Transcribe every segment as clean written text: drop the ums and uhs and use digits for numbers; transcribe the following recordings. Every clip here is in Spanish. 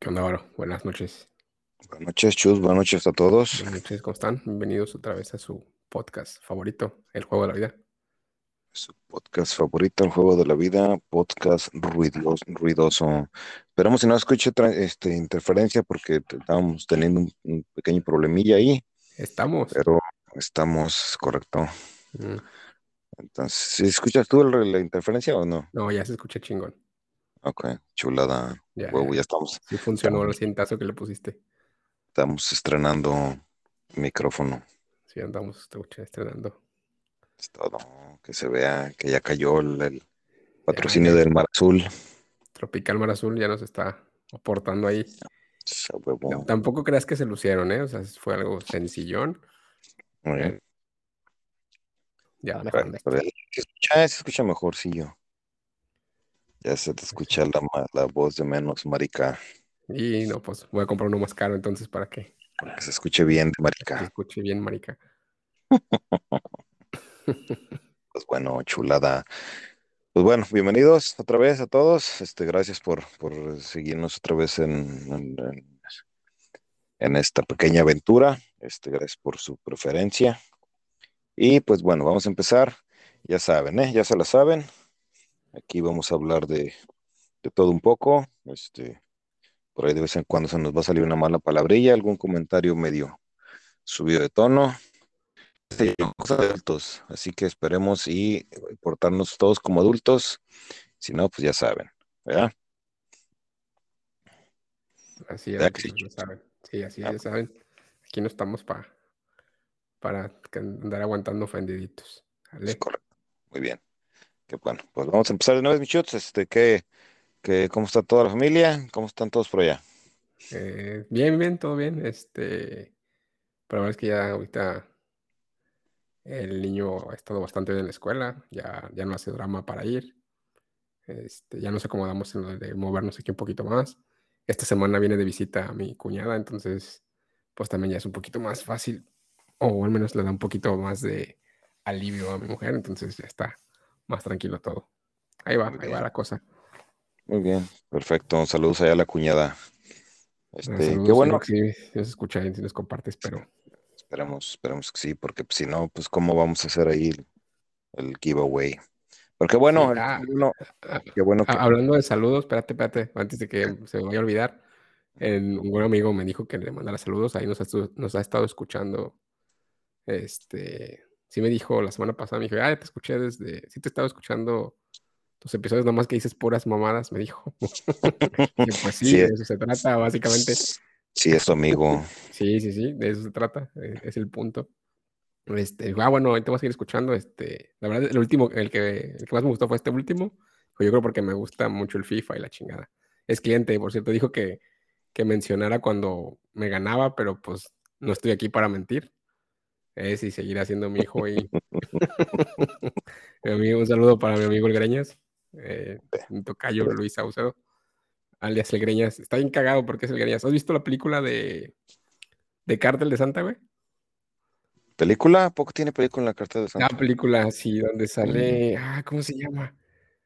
¿Qué onda, Varo? Buenas noches. Buenas noches, Chus. Buenas noches a todos. Buenas noches, ¿cómo están? Bienvenidos otra vez a su podcast favorito, El Juego de la Vida. Su podcast favorito, El Juego de la Vida, podcast ruidoso. Esperamos si no escuche interferencia porque estábamos teniendo un pequeño problemilla ahí, Estamos. pero estamos correcto. Mm, Entonces, ¿sí escuchas tú la interferencia o no? No, ya se escucha chingón. Ok, chulada. Ya, Huevo, ya. ya estamos, Sí funcionó el estamos, cientazo que le pusiste. estamos estrenando micrófono. Sí, andamos estrenando. Es todo. Que se vea que ya cayó el Ya, patrocinio ya. del Mar Azul. Tropical Mar Azul ya nos está aportando ahí. A huevo. Tampoco creas que se lucieron, ¿eh? O sea, fue algo sencillón. Muy Eh, bien. ya mejorando Perfecto. esto. Se escucha mejor, sí, yo. Ya se te escucha la voz de menos, marica. Y no, pues voy a comprar uno más caro entonces para Para que se escuche bien de que se marica. escuche bien, marica. Pues bueno, chulada. Pues bueno, bienvenidos otra vez a todos. Gracias por seguirnos otra vez en esta pequeña aventura. Gracias por su preferencia. Y pues bueno, vamos a empezar. Ya saben, ¿eh? Ya se la saben. Aquí vamos a hablar de todo un poco. Por ahí de vez en cuando se nos va a salir una mala palabrilla, algún comentario medio subido de tono. Sí, somos adultos, así que esperemos y portarnos todos como adultos. Si no, pues ya saben, ¿verdad? Así es, ¿Verdad que sí? muchachos, ya saben. Sí, así es, Ah, ya saben. Aquí no estamos para andar aguantando ofendiditos. es ¿Vale? correcto. Muy bien. Qué bueno. Pues vamos a empezar de nuevo, mis chuts. ¿Cómo está toda la familia? ¿Cómo están todos por allá? Bien, bien, todo bien. Pero la verdad es que ya ahorita el niño ha estado bastante bien en la escuela, ya no hace drama para ir. Ya nos acomodamos en lo de movernos aquí un poquito más. Esta semana viene de visita a mi cuñada, entonces pues también ya es un poquito más fácil, o al menos le da un poquito más de alivio a mi mujer, entonces ya está más tranquilo todo. Muy Ahí va bien, la cosa. muy bien. Perfecto. Saludos allá a la cuñada. Qué Saludos, bueno. espero que sí, sí nos escucha y si nos compartes, pero Esperemos que sí, porque pues, si no, pues cómo vamos a hacer ahí el giveaway. Porque sí. bueno, qué bueno que Hablando de saludos, espérate, antes de que se me vaya a olvidar, un buen amigo me dijo que le mandara saludos, ahí nos ha estado escuchando, sí me dijo la semana pasada, me dijo, te escuché sí te estaba escuchando tus episodios, nomás que dices puras mamadas, me dijo. Dije, pues sí, sí, de eso se trata, básicamente. sí es tu amigo. Sí, de eso se trata, es el punto. Bueno, ahorita voy a seguir escuchando. La verdad, el que más me gustó fue este último. Yo creo porque me gusta mucho el FIFA y la chingada. Es cliente, por cierto, dijo que mencionara cuando me ganaba, pero pues no estoy aquí para mentir. Y seguirá siendo mi hijo y un saludo para mi amigo el Greñas, mi tocayo Luis Saucedo, alias el Greñas. Está bien cagado porque es el Greñas. ¿Has visto la película de Cártel de Santa, güey? ¿Película? ¿Poco tiene película en la carta de La Santa? película, sí, donde Mm, sale, ¿cómo se llama?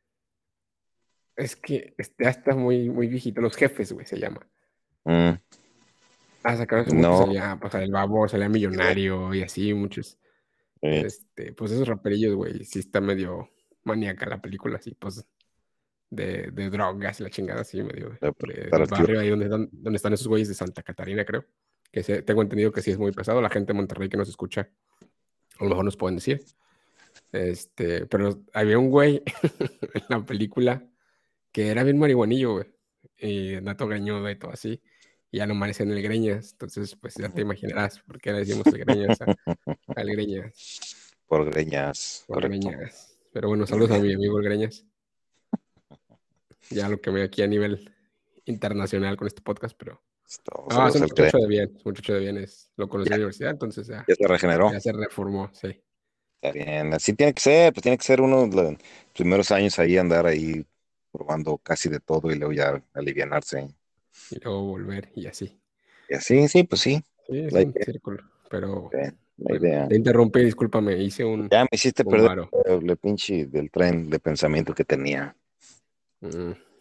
Es que ya está muy, muy viejito. Los jefes, güey, se llama. mm, Sacaron hace mucho, no, salía, pues, el Babo, salía Millonario y así, muchos. eh, Pues esos raperillos, güey, sí está medio maníaca la película, así, pues, de drogas y la chingada, así, medio para del el tío. barrio ahí donde están esos güeyes de Santa Catarina, creo. Tengo entendido que sí es muy pesado. La gente de Monterrey que nos escucha, a lo mejor nos pueden decir. Pero había un güey en la película que era bien marihuanillo, güey. Y dato greñudo y todo así. Y ya no aparece en el Greñas. Entonces, pues ya te imaginarás por qué le decimos el Greñas al Greñas. Por greñas, O al correcto. Greñas. Pero bueno, Muy saludos a bien. mi amigo el Greñas. Ya lo que veo aquí a nivel internacional con este podcast, pero. No, es Saludos un al Gre. muchacho de bien. Es un muchacho de bien. Lo conocí Ya, en la universidad, entonces ya se regeneró. ya se reformó, sí. Está bien, así tiene que ser, pues tiene que ser uno de los primeros años ahí andar ahí probando casi de todo y luego ya alivianarse. Y luego volver y así. Y así, sí, pues sí, Sí, es la un idea, círculo. Pero la bueno, idea. te interrumpí, discúlpame. Hice Ya me hiciste un perder varo. el pinche del tren de pensamiento que tenía. Mm.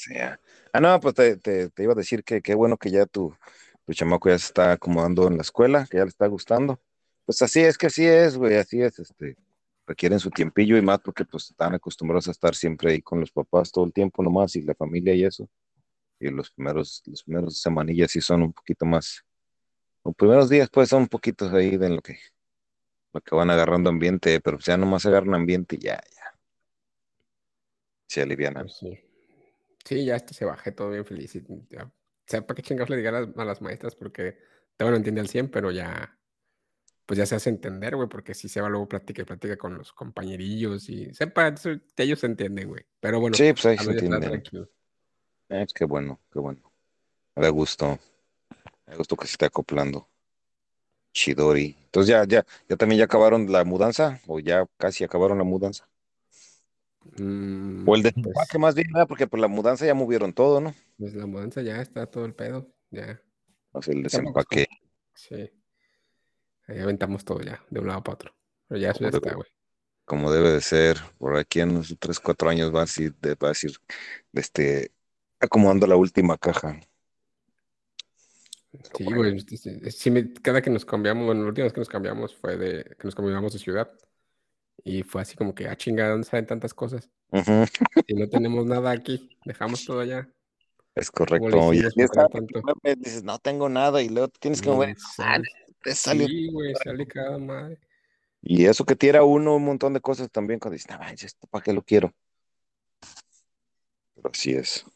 sea. No, pues te iba a decir que qué bueno que ya tu chamaco ya se está acomodando en la escuela, que ya le está gustando. Pues así es que así es, güey, así es, requieren su tiempillo y más porque pues están acostumbrados a estar siempre ahí con los papás todo el tiempo nomás y la familia y eso. Y los primeros semanillas sí son un poquito más, los primeros días pues son un poquito ahí de lo que van agarrando ambiente, pero pues ya nomás agarran ambiente y ya, se alivianan. Pues sí. Sí, ya se bajé todo bien feliz. Y ya, o sea, ¿para qué chingados le diga a las maestras? Porque todavía no entiende al 100 pero ya, pues ya se hace entender, güey, porque si se va luego plática y plática con los compañerillos y sepa, ellos se entienden, güey. Pero bueno, Sí, pues ahí al se menos ya está entienden. tranquilo. Qué bueno, qué bueno. Me da gusto que se esté acoplando. Chidori. Entonces ya también ya acabaron la mudanza, o ya casi acabaron la mudanza. O el desempaque Pues, más bien, ¿verdad? Porque por la mudanza ya movieron todo, ¿no? pues la mudanza ya está todo el pedo, ya. O sea, el Tampoco es desempaque, como, sí, ahí aventamos todo ya, de un lado para otro. Pero ya eso ya como debe, está, güey. como debe de ser. Por aquí en unos 3, 4 años vas a ir, acomodando la última caja. Pero Sí, bueno. güey, sí, cada que nos cambiamos, bueno, la última vez que nos cambiamos fue de que nos cambiamos de ciudad. Y fue así como que, ah, chingada, ¿dónde salen tantas cosas? Ujú, Si no tenemos nada aquí, dejamos todo allá. es ¿Cómo le correcto. Y hicimos así para está, tener el tanto? primer mes dices, no tengo nada, y luego tienes que mover. Y Ah, sale. te salió. Sí, güey, sale cada madre. Y eso que tira uno un montón de cosas también cuando dices, no, manches, ¿esto para qué lo quiero? Pero así es,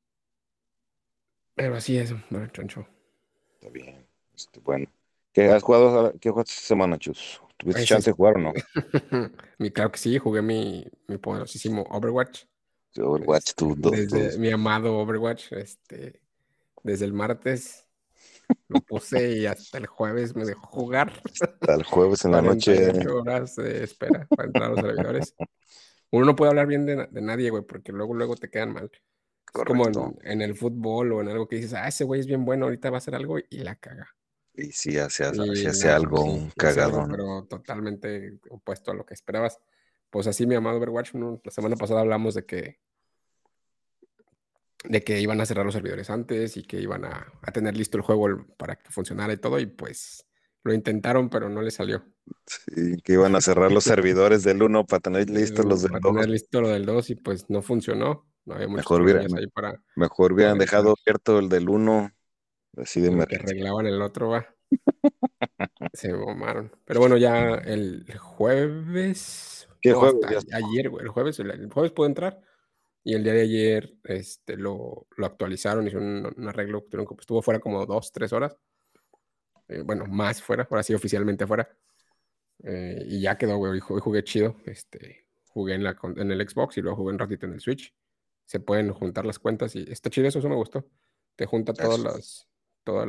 Pero así es, bueno, choncho. está bien. Bueno. ¿Qué jugaste esta semana, Chus? ¿Tuviste Ese chance es. de jugar o no? Claro que sí, jugué mi poderosísimo Overwatch. Overwatch, Desde mi amado Overwatch, desde el martes lo puse y hasta el jueves me dejó jugar. el jueves en la noche. 48 horas de espera para entrar a los servidores. Uno no puede hablar bien de nadie, güey, porque luego te quedan mal. Es como Correcto. en el fútbol o en algo que dices, ah, ese güey es bien bueno, ahorita va a hacer algo y la caga. Y sí hace Y no, algo, sí, un y hace algo, cagadón. pero totalmente opuesto a lo que esperabas. Pues así, mi amado Overwatch, la semana pasada hablamos de que iban a cerrar los servidores antes y que iban a tener listo el juego para que funcionara y todo, y pues lo intentaron, pero no le salió. Sí, que iban a cerrar los servidores del uno para tener listos los del Para 2. tener listo lo del 2 y pues no funcionó. No había muchos Mejor hubiera, problemillas ahí mejor para hubieran dejado entrar. abierto el del uno, así de En lo que emergencia. arreglaban el otro, va. Se mamaron. Pero bueno, ya el jueves, ¿Qué no, juego? hasta ayer, güey. El jueves puedo entrar. Y el día de ayer lo actualizaron, hicieron un arreglo, estuvo fuera como 2, 3 horas. Bueno, más fuera, ahora sí oficialmente fuera. Y ya quedó, güey. Hoy jugué chido. Jugué en el Xbox y luego jugué un ratito en el Switch. Se pueden juntar las cuentas y está chido, eso me gustó. Te junta Eso. todas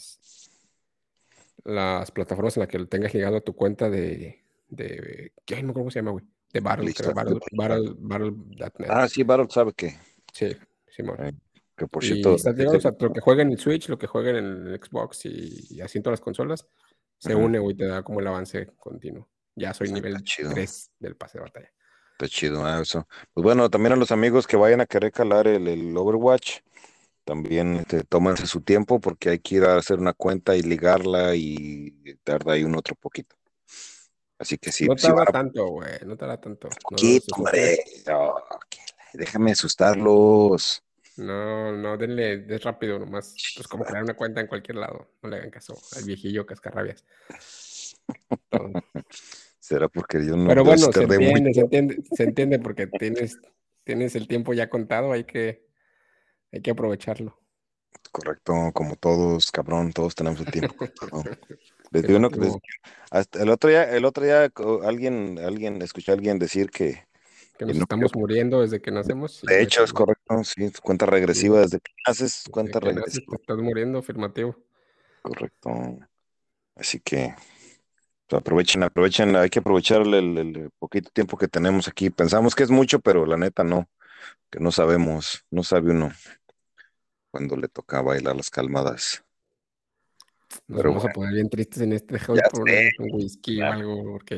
las plataformas en las que tengas ligado a tu cuenta ay, no me acuerdo cómo se llama, güey. De Battle, creo, Lista de lista. Battle.net. Sí, Battle sabe que, Sí, Simón. eh, que por Y cierto, está ligado, o sea, lo que juega en el Switch, lo que juega en el Xbox y así en todas las consolas, se ujú, une, güey, te da como el avance continuo. Ya soy está nivel chido. 3 del pase de batalla. Está chido, eso. Pues bueno, también a los amigos que vayan a querer calar el Overwatch, también tómense su tiempo porque hay que ir a hacer una cuenta y ligarla y tarda ahí un otro poquito. Así que sí, No sí van tarda a tanto, güey, no tarda tanto. No poquito, se asusten. hombre. Ok, déjame asustarlos. No, no, denle, es rápido nomás. Pues como crear una cuenta en cualquier lado. No le hagan caso al viejillo cascarrabias. Todo. Será porque yo no, Pero yo sí bueno, se tardé mucho. entiende, se entiende, se entiende porque tienes el tiempo ya contado, hay que aprovecharlo. Correcto, como todos, cabrón, todos tenemos el tiempo contado. Desde uno que desde, Afirmativo. hasta el otro día escuché a alguien decir Que que nos no, estamos muriendo desde que nacemos y de no es hecho es cierto. correcto, sí, cuenta regresiva Sí, desde que naces, desde cuenta que naces te regresiva, estás muriendo, afirmativo. correcto. Así que pues, aprovechen, hay que aprovechar el poquito tiempo que tenemos aquí. Pensamos que es mucho, pero la neta no, que no sabemos, no sabe uno cuando le toca bailar las calmadas. Nos Pero vamos a bueno, poner bien tristes en este. Deja ya voy por sé, un whisky o algo, porque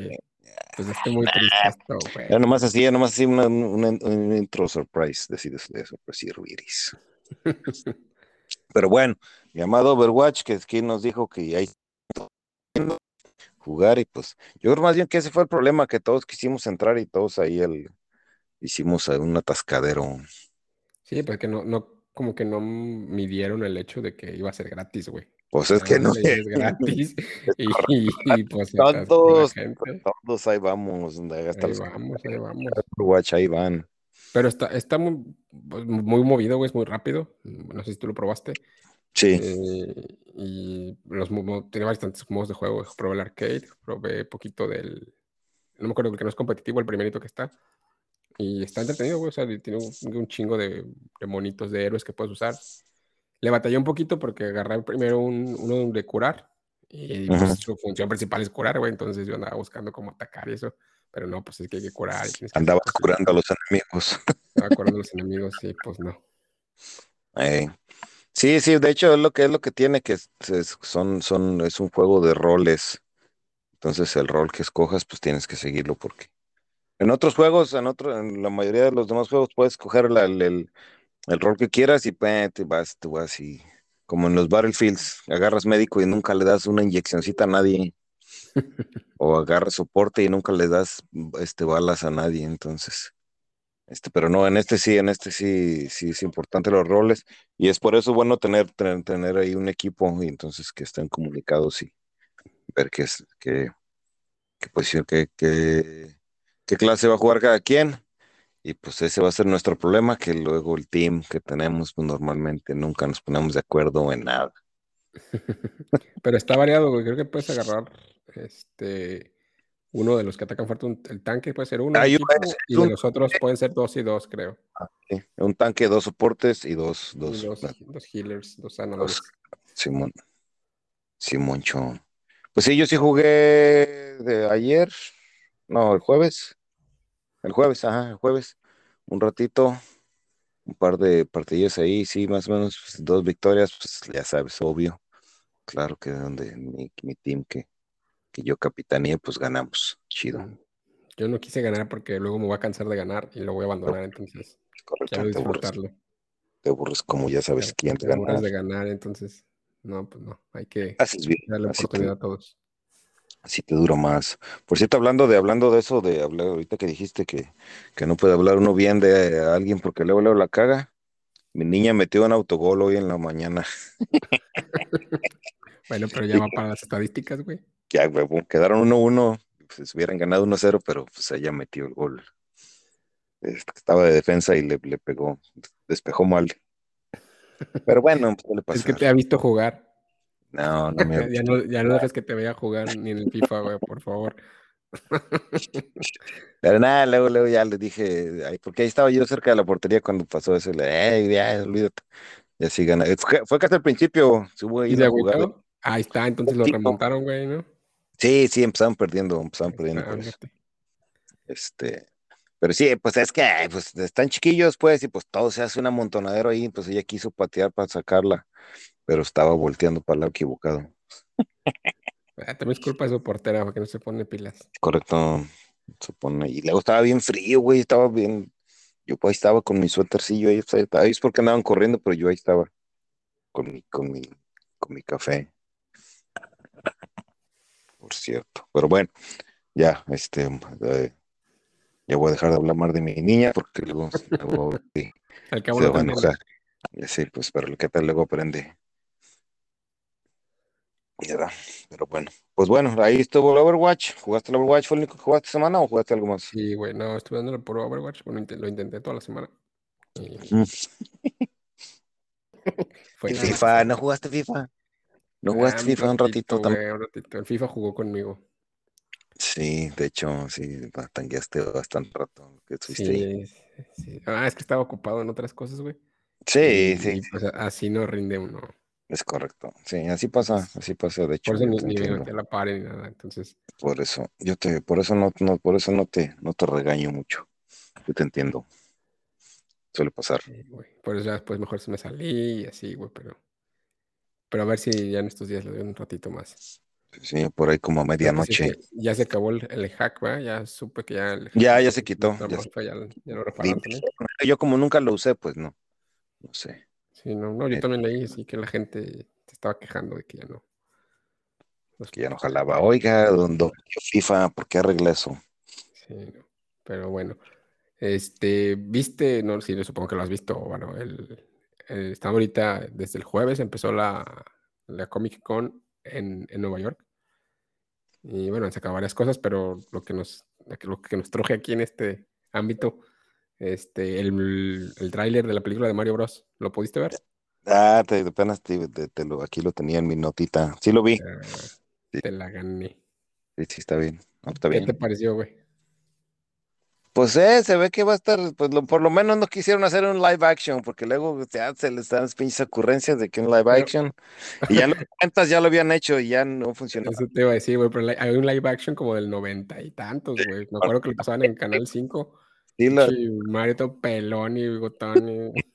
Pues está muy triste esto, Era güey. nomás así un intro surprise, decides de sorpresa Iris. Pero bueno, mi amado Overwatch, que es quien nos dijo que hay jugar y pues yo creo más bien que ese fue el problema, que todos quisimos entrar y todos ahí hicimos un atascadero. Sí, pues que como que no midieron el hecho de que iba a ser gratis, güey. Pues es Nada que más no leí es gratis es correcto. y pues se atascó la Todos, gente. todos ahí vamos, hasta Ahí los vamos, ahí vamos. Overwatch ahí van. Pero está muy, pues, muy movido, güey, es muy rápido. No sé si tú lo probaste. Sí. Y tiene bastantes modos de juego. Probé el arcade, probé poquito del. No me acuerdo que no es competitivo, el primerito que está. Y está entretenido, güey. O sea, tiene un chingo de monitos de héroes que puedes usar. Le batallé un poquito porque agarré primero uno de curar. Y pues Ujú. su función principal es curar, güey. Entonces yo andaba buscando cómo atacar y eso. Pero no, pues es que hay que curar y tienes que hacer Andabas cositas. curando a los enemigos. Estaba curando a los enemigos y pues no. Eh, Sí, sí, de hecho es lo que tiene que es un juego de roles. Entonces el rol que escojas, pues tienes que seguirlo porque en otros juegos, en la mayoría de los demás juegos puedes escoger el rol que quieras y te vas y como en los Battlefields, agarras médico y nunca le das una inyeccioncita a nadie, o agarras soporte y nunca le das balas a nadie, entonces. Pero no, en este sí es importante los roles y es por eso bueno tener ahí un equipo y entonces que estén comunicados y ver posición, qué clase va a jugar cada quien y pues ese va a ser nuestro problema, que luego el team que tenemos pues normalmente nunca nos ponemos de acuerdo en nada. Pero está variado, güey. Creo que puedes agarrar uno de los que atacan fuerte, el tanque puede ser uno, el Hay equipo, y de los otros pueden ser dos y dos, creo. un tanque, dos soportes y Y dos healers, dos dos sanadores. Simón, Simoncho. Pues sí, yo sí jugué de ayer, no, el jueves, un ratito, un par de partidillas ahí, sí, más o menos, pues, dos victorias, pues ya sabes, obvio, claro que donde mi team que yo capitaneé, pues ganamos, chido. Mm. Yo no quise ganar porque luego me voy a cansar de ganar y lo voy a abandonar, entonces Correcto, quiero disfrutarlo. te aburres como ya sabes quién Te aburres ganar. de ganar, entonces, no, pues no, hay que Haces bien, darle oportunidad a todos. así te dura más. Por cierto, hablando de eso, de hablar, ahorita que dijiste que no puede hablar uno bien de alguien porque luego la caga. Mi niña metió un autogol hoy en la mañana. Bueno, pero ya va para las estadísticas, güey. Ya, huevo, quedaron 1-1, pues hubieran ganado 1-0, pero pues ella metió el gol. Estaba de defensa y le pegó, despejó mal. Pero bueno, pues, ¿qué le Es que pasar? te ha visto jugar. No, no me ha visto. Ya no dejes que te vea jugar ni en el FIFA, güey, por favor. Pero nada, luego ya le dije, ay, porque ahí estaba yo cerca de la portería cuando pasó eso, ya, olvídate. Y así gana. Fue casi al principio, se hubo ahí ¿Y se una jugada. agüitó? Ahí está, entonces lo remontaron, güey, ¿no? Sí, sí, empezaron Ahí perdiendo está, por eso. fíjate. Este, pero sí, pues es que ay, pues están chiquillos, pues, y pues todo se hace un amontonadero ahí, pues ella quiso patear para sacarla, pero estaba volteando para el lado equivocado. También es culpa de su portera, porque no se pone pilas. Correcto, supone. Y luego estaba bien frío, güey, estaba bien. Yo pues ahí estaba con mi suétercillo ahí, o sea, ahí es porque andaban corriendo, pero yo ahí estaba con mi café, por cierto. Pero bueno, ya, ya voy a dejar de hablar más de mi niña porque luego sí, Al cabo se no va te a entiende. enojar. Sí, pues, pero qué tal luego aprende. Ya, pero bueno. Pues bueno, ahí estuvo el Overwatch. ¿Jugaste el Overwatch? ¿Fue el único que jugaste esta semana o jugaste algo más? Sí, güey, no, estuve dándole por Overwatch. Bueno, lo intenté toda la semana. Y Mm. fue ¿Y nada más FIFA? eso. ¿No jugaste FIFA? ¿No Ah, jugaste un FIFA un ratito ratito, también? güey, un ratito. El FIFA jugó conmigo. Sí, de hecho, sí, tangueaste bastante rato que estuviste ahí. Sí, sí. Ah, es que estaba ocupado en otras cosas, güey. Sí, sí, Y, pues así no rinde uno. es correcto. Sí, Entonces, así pasa, de por hecho, eso yo ni, te ni me entiendo. metí a la par ni nada. Entonces, Por eso no te regaño mucho. Yo te entiendo. Suele pasar. güey. Por eso ya después mejor se me salí y así, güey. Pero a ver si ya en estos días le doy un ratito más. Sí, por ahí como a Pero pues sí, medianoche. ya se acabó el hack, ¿verdad? Ya supe que ya Ya el se quitó. Mr. Ya se Morphe ya lo di- repararon también. Yo como nunca lo usé, pues no, no sé. Sí, no, no, yo Eh, también leí así que la gente se estaba quejando de que ya no. Los, que ya no o sea, jalaba. Oiga, don FIFA, ¿por qué arregla eso? sí, no. Pero bueno, viste, no, sí, supongo que lo has visto, bueno, está ahorita, desde el jueves empezó la Comic Con en Nueva York. Y bueno, han sacado varias cosas, pero lo que nos truje aquí en este ámbito, el tráiler de la película de Mario Bros. ¿Lo pudiste ver? Apenas aquí lo tenía en mi notita. Sí lo vi. Ah, Sí, te la gané. sí, sí, está bien. No, está ¿Qué te bien. pareció, güey? Pues se ve que va a estar, pues por lo menos no quisieron hacer un live action, porque luego ya se les dan las pinches ocurrencias de que un live Pero action, y ya lo cuentas, ya lo habían hecho y ya no funcionaba. eso te iba a decir, güey, pero hay un live action como del 90 y tantos, güey. Me acuerdo que lo pasaban en Canal 5. Sí, Pinche Mario todo pelón y bigotón.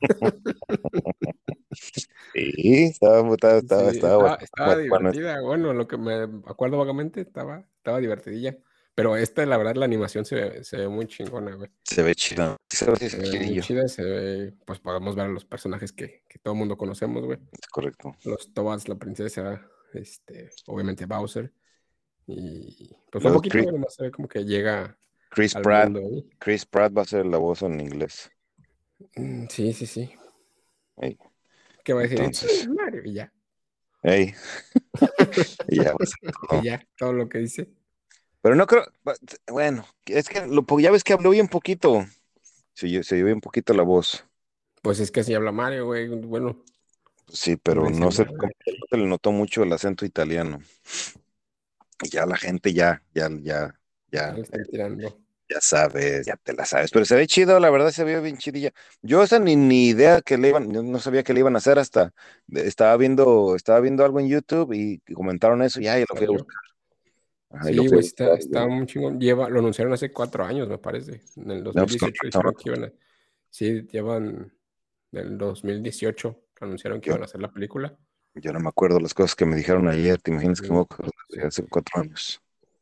sí, Sí, estaba estaba bueno. divertida. Bueno, lo que me acuerdo vagamente estaba divertidilla. Pero la verdad, la animación se ve muy chingona, güey. Se ve chido. Sí, Se se ve ve muy chidillo. chida, pues podemos ver a los personajes que todo el mundo conocemos, güey. Es correcto. Los Toads, la princesa, obviamente Bowser. Y pues fue Luego poquito, güey, nomás se ve como que llega Chris al Pratt, mundo ahí. Chris Pratt va a ser la voz en inglés. Sí, sí, sí. Ey, ¿Qué va a decir? It's me, entonces, Mario, y ya. ey, y ya va a ser Y todo. ya, todo lo que dice. Pero no creo, bueno, es que ya ves que habló bien poquito. Se oyó bien poquito la voz. Pues es que así habla Mario, güey. Bueno, Sí, no pero dice no se, nada. no se le notó mucho el acento italiano. Y ya la gente Ya ya, le están tirando. ya sabes, ya te la sabes. Pero se ve chido, la verdad se ve bien chidilla. Yo esa ni idea que le iban, yo no sabía que le iban a hacer hasta estaba viendo algo en YouTube y comentaron eso, y ya, Y y lo fui a salió. buscar. Ajá, y lo Sí, fui a güey, buscar. está muy chingón. Lo anunciaron hace 4 años, me parece. En el No, pues con 2018 razón, dijeron que iban a. Sí, llevan. En el 2018 anunciaron que yo, iban a hacer la película. yo no me acuerdo las cosas que me dijeron ayer, te imaginas que me Sí, acuerdo de sí. hace 4 años.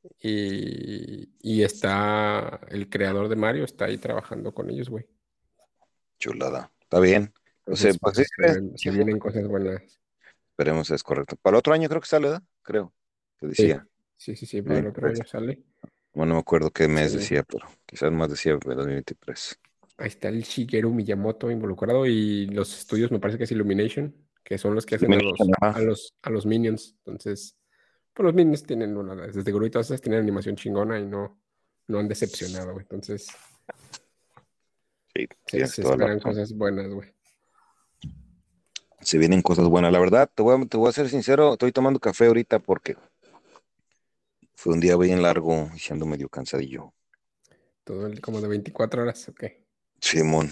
Y está el creador de Mario, está ahí trabajando con ellos, güey. Chulada. Está bien. O sea, Entonces, pues pues sí, se chido. vienen cosas buenas. Esperemos es correcto. Para el otro año creo que sale, ¿verdad? Creo, te Sí, decía. sí, sí, sí, para el otro 23. año sale. Bueno, no me acuerdo qué mes Sí. decía, pero quizás más decía 2023. Ahí está el Shigeru Miyamoto involucrado y los estudios, me parece que es Illumination, que son los que hacen a Illumination, los, ajá. a los, a los Minions. Entonces, pues los Minions tienen desde Gru y todas esas tienen animación chingona y no han decepcionado, güey. Entonces, Sí, se, tienes se toda la esperan razón. cosas buenas, güey. Se vienen cosas buenas. La verdad, te voy a ser sincero, estoy tomando café ahorita porque fue un día bien largo y siendo medio cansadillo. Como de 24 horas, ok. Simón,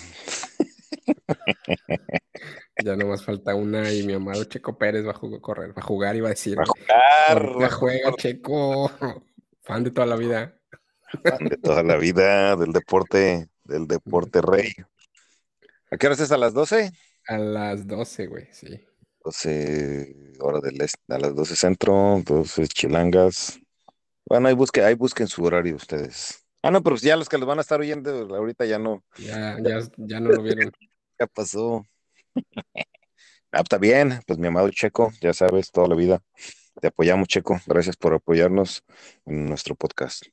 Ya nomás falta una y mi amado Checo Pérez va a jugar y va a a decir, jugar, ahorita juega Checo, fan de toda la vida. fan de toda la vida, del deporte rey. ¿A qué hora es? ¿A las 12? A las 12, güey, sí. 12 hora del este, a las 12 centro, 12 chilangas. Bueno, ahí busquen su horario ustedes. Ah, no, pero ya los que los van a estar oyendo ahorita ya no, Ya no lo vieron. ya pasó. Ah, está bien, pues mi amado Checo, ya sabes, toda la vida. Te apoyamos, Checo. Gracias por apoyarnos en nuestro podcast.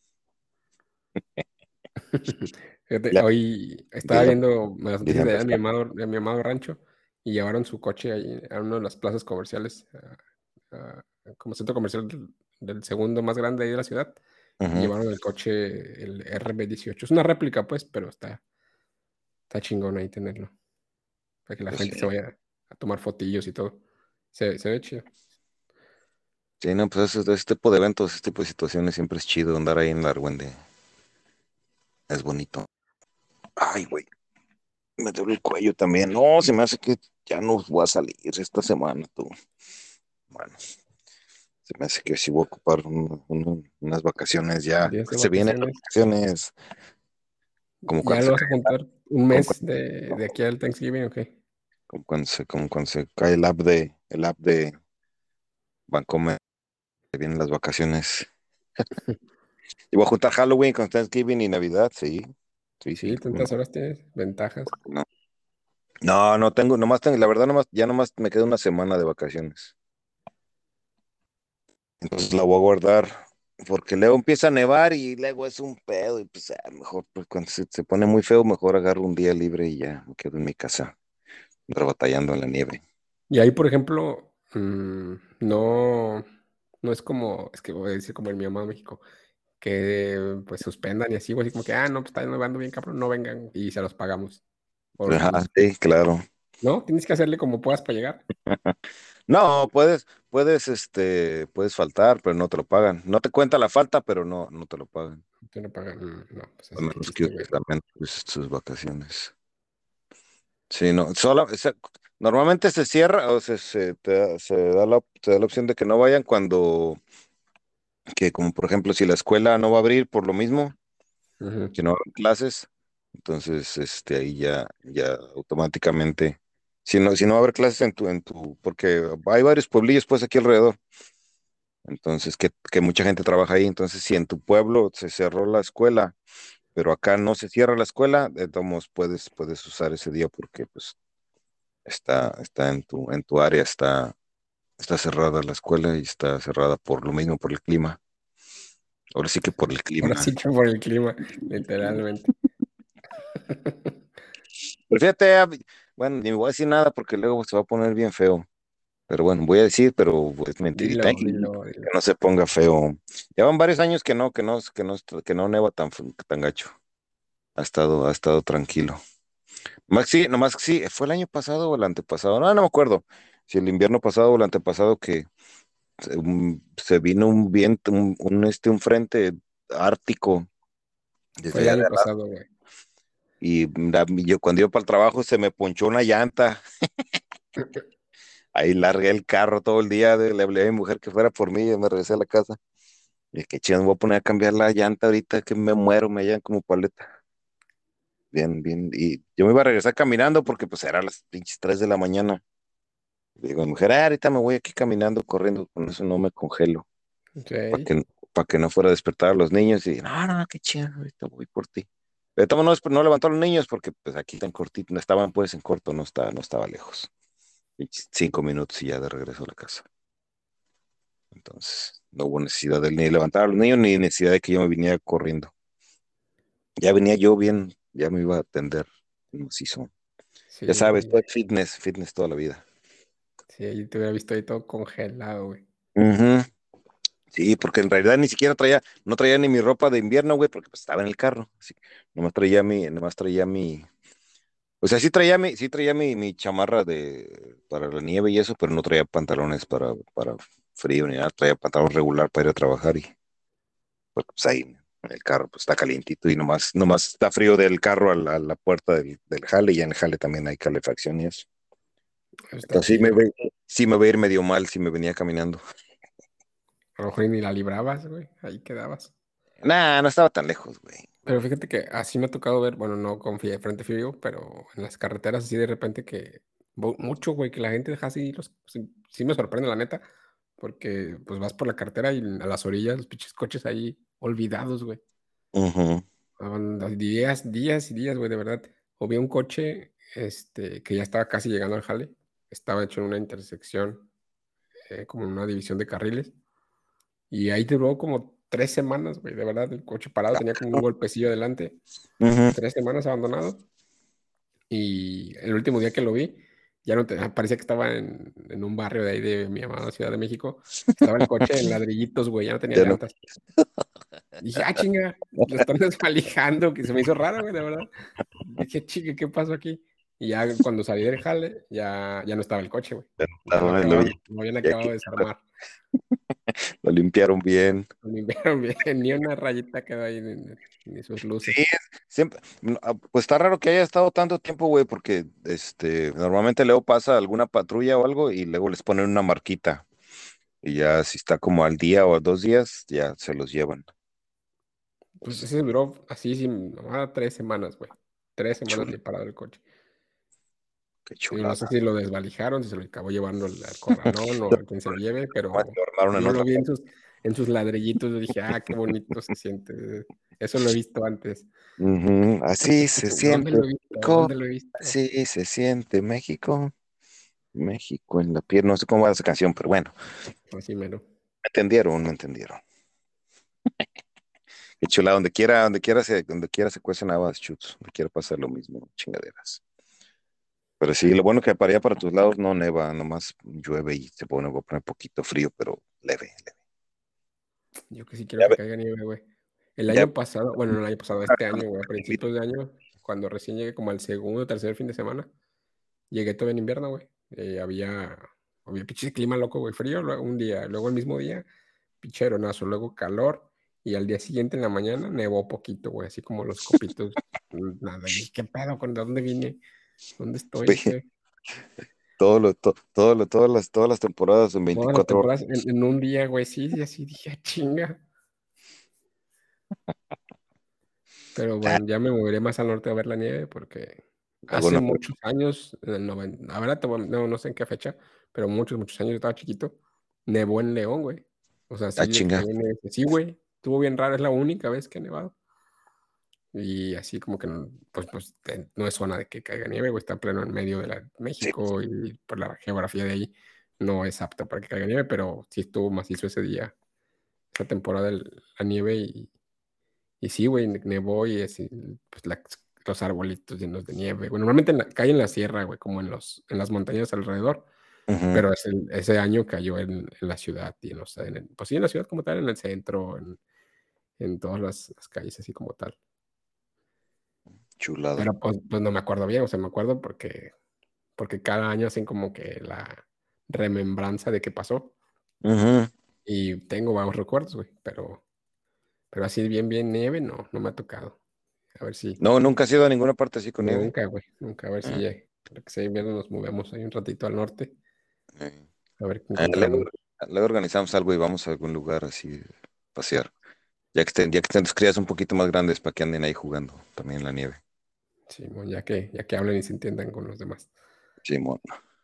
Fíjate, Ya, hoy estaba dile, viendo las dile noticias de allá empezar. de mi amado rancho y llevaron su coche ahí a una de las plazas comerciales, como centro comercial del segundo más grande ahí de la ciudad, y Ujú. llevaron el coche, el RB18. Es una réplica, pues, pero está chingón ahí tenerlo, para que la Pues sí. gente se vaya a tomar fotillos y todo. Se ve chido. Sí, no, pues ese tipo de eventos, ese tipo de situaciones siempre es chido andar ahí en la Argüende. Es bonito. Ay, güey, me duele el cuello también. No, se me hace que ya no voy a salir esta semana, tú. Bueno, se me hace que sí voy a ocupar unas vacaciones ya. Días de Se vienen las vacaciones. vacaciones, como ¿Ya cuando se lo vas cae, a juntar un como mes cuando, de aquí al Thanksgiving, ok? como cuando se cae el app de Bancomer. vienen las vacaciones. Y voy a juntar Halloween con Thanksgiving y Navidad, sí. Sí, sí, Sí, cómo no. tantas horas tienes, ventajas. No, no, no tengo, nomás tengo, la verdad, ya nomás me queda una semana de vacaciones. Entonces la voy a guardar porque luego empieza a nevar y luego es un pedo y pues mejor, pues cuando se pone muy feo, mejor agarro un día libre y ya me quedo en mi casa, batallando en la nieve. Y ahí, por ejemplo, no, no es como, es que voy a decir como en mi mamá México, que pues suspendan y así, güey, así como que, no, pues está nevando bien, cabrón, no vengan y se los pagamos. Ajá, sí, claro. ¿No? Tienes que hacerle como puedas para llegar. No, puedes faltar, pero no te lo pagan. No te cuenta la falta, pero no te lo pagan. Tú no pagan, no, pues A así que menos que chiste, uses güey. también pues, tus vacaciones. Sí, no, normalmente se cierra o se da la opción de que no vayan como por ejemplo, si la escuela no va a abrir por lo mismo, Ujú. si no hay clases, entonces ahí ya automáticamente, si no va a haber clases porque hay varios pueblillos pues aquí alrededor, entonces que mucha gente trabaja ahí, entonces si en tu pueblo se cerró la escuela, pero acá no se cierra la escuela, de todos modos puedes usar ese día porque pues está en tu área, está cerrada la escuela y está cerrada por lo mismo, por el clima. Ahora sí que por el Ahora clima. sí que por el clima, literalmente. Pero fíjate, bueno, ni me voy a decir nada porque luego se va a poner bien feo. Pero bueno, voy a decir, pero es mentirita Dilo, y dilo, que dilo. no se ponga feo. Ya van varios años que no neva tan gacho. Ha estado tranquilo. Nomás que sí, ¿fue el año pasado o el antepasado? No me acuerdo. Si el invierno pasado o el antepasado que se vino un viento, un frente ártico Fue desde el allá año de Alaska. pasado, güey. Y yo cuando iba para el trabajo se me ponchó una llanta. Ahí largué el carro todo el día, le hablé a mi mujer que fuera por mí y me regresé a la casa. Y que chido, me voy a poner a cambiar la llanta ahorita que me muero, me hallan como paleta. Bien, bien. Y yo me iba a regresar caminando porque pues eran las pinches 3 de la mañana. Le digo a mi mujer, ahorita me voy aquí caminando, corriendo, con eso no me congelo, Ok. para que no fuera a despertar a los niños. Y no, no, qué chido, ahorita voy por ti. Pero tomo no levantó a los niños porque pues aquí tan cortito, no estaban pues en corto, no estaba lejos. Y 5 minutos y ya de regreso a la casa. Entonces, no hubo necesidad de ni levantar a los niños ni necesidad de que yo me viniera corriendo. Ya venía yo bien, ya me iba a atender macizo. Ya sabes, Sí, todo es fitness, fitness toda la vida. sí, ahí te hubiera visto ahí todo congelado, güey. Ujú. Sí, porque en realidad ni siquiera no traía ni mi ropa de invierno, güey, porque pues, estaba en el carro. Así, nomás traía mi, o sea, sí traía mi chamarra para la nieve y eso, pero no traía pantalones para frío ni nada, traía pantalón regular para ir a trabajar y pues ahí en el carro pues está calientito y nomás está frío del carro a la puerta del jale y en el jale también hay calefacción y eso. Eso está Entonces chido. sí me va a ir medio mal si me venía caminando. A lo mejor y ni la librabas, güey. Ahí quedabas. Nah, no estaba tan lejos, güey. Pero fíjate que así me ha tocado ver, bueno, no con frente frío, pero en las carreteras así de repente que mucho, güey, que la gente deja así sí, sí me sorprende la neta, porque pues vas por la carretera y a las orillas los pinches coches ahí olvidados, güey. Ujú. Días, días y días, güey, de verdad. O vi un coche, que ya estaba casi llegando al jale, estaba hecho en una intersección, como en una división de carriles, y ahí duró como 3 semanas, güey, de verdad, el coche parado tenía como un golpecillo adelante, Ujú. 3 semanas abandonado. Y el último día que lo vi, ya no parecía que estaba en un barrio de ahí de mi amada Ciudad de México. Estaba el coche en ladrillitos, güey, ya no tenía Ya no. llantas. Dije, chinga, lo están desvalijando, que se me hizo raro, güey, de verdad. Dije, chinga, ¿qué pasó aquí? Y ya cuando salí del jale, ya no estaba el coche, güey. Ya no Ya estaba, lo habían ya acabado que de desarmar. lo limpiaron bien. Lo limpiaron bien, ni una rayita quedó ahí, ni sus Sí, luces. siempre, pues está raro que haya estado tanto tiempo, güey, porque normalmente luego pasa alguna patrulla o algo y luego les ponen una marquita y ya si está como al día o a 2 días, ya se los llevan. Pues Pues, ese duró así, sin nomás 3 semanas, güey. 3 semanas chulo, ahí parado el coche. qué Y no sé chulada. si lo desvalijaron, si se lo acabó llevando al corralón o a quien se lo lleve, Nomás pero lo armaron en yo lo otra vi parte. en sus ladrillitos, yo dije, ah, qué bonito se siente. Eso lo he visto antes. Ujú, así se ¿Dónde siente lo he visto? México, ¿Dónde lo he visto? así se siente México, México en la piel. No sé cómo va esa canción, pero bueno, Así mero. me entendieron, me entendieron. Qué chula, donde quiera se cuecen habas, chuts, donde quiera pasa lo mismo, chingaderas. Pero sí, lo bueno que para allá para tus lados no neva, nomás llueve y va a poner poquito frío, pero leve, leve. Yo que sí quiero Ya, que caiga nieve, güey. El ya, año pasado, bueno, no el año pasado, este año, güey, a principios de año, cuando recién llegué como al segundo o tercer fin de semana, llegué todavía en invierno, güey. Había pinche clima loco, güey, frío, luego un día, luego el mismo día, pinche aeronazo, luego calor, y al día siguiente en la mañana nevó poquito, güey, así como los copitos, nada, y dije, ¿qué pedo? ¿De dónde vine? ¿Dónde estoy? ¿Qué? todas las temporadas en Todas las 24 temporadas horas. en un día, güey, sí, y así dije, "Ah, chinga". Pero Ah, bueno, ya me moveré más al norte a ver la nieve porque hago hace una muchos años, en el 90, ahora no sé en qué fecha, pero muchos, muchos años, yo estaba chiquito, nevó en León, güey. O sea, sí, de que chinga. caía nieve. Sí, güey, estuvo bien raro, es la única vez que ha nevado. Y así como que, no es zona de que caiga nieve, güey, está pleno en medio de Sí. México y por la geografía de ahí no es apta para que caiga nieve, pero sí estuvo macizo ese día, esa temporada la nieve y sí, güey, nevó y así, pues los arbolitos llenos de nieve. Bueno, normalmente cae en la sierra, güey, como en las montañas alrededor, Ujú, pero ese año cayó en la ciudad y pues sí, en la ciudad como tal, en el centro, en todas las calles así como tal. chulada. Pero pues no me acuerdo bien, o sea, me acuerdo porque cada año hacen como que la remembranza de qué pasó Ujú. y tengo vagos recuerdos, güey, pero así bien, bien nieve, no me ha tocado. A ver si. No, nunca has ido a ninguna parte así con nieve. Nunca, güey, nunca. A ver si Ah, para que sea invierno nos movemos ahí un ratito al norte, eh. a ver qué Luego, encontramos. luego organizamos algo y vamos a algún lugar así a pasear. Ya que estén tus crías un poquito más grandes para que anden ahí jugando también en la nieve. Sí, bueno, ya que hablen y se entiendan con los demás. Simón.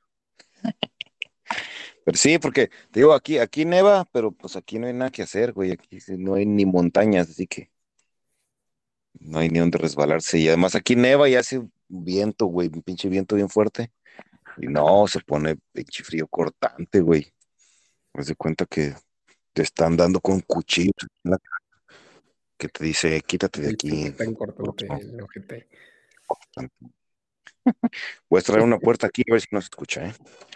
Pero sí, porque te digo, aquí neva, pero pues aquí no hay nada que hacer, güey. Aquí sí no hay ni montañas, así que no hay ni donde resbalarse. Y además aquí neva y hace viento, güey, un pinche viento bien fuerte. Y no, se pone pinche frío cortante, güey. Haz de cuenta que te están dando con cuchillos en la que te dice, quítate de Sí, sí, aquí. qué tan cortante el ojete. Voy a traer una puerta aquí a ver si nos escucha, ¿eh?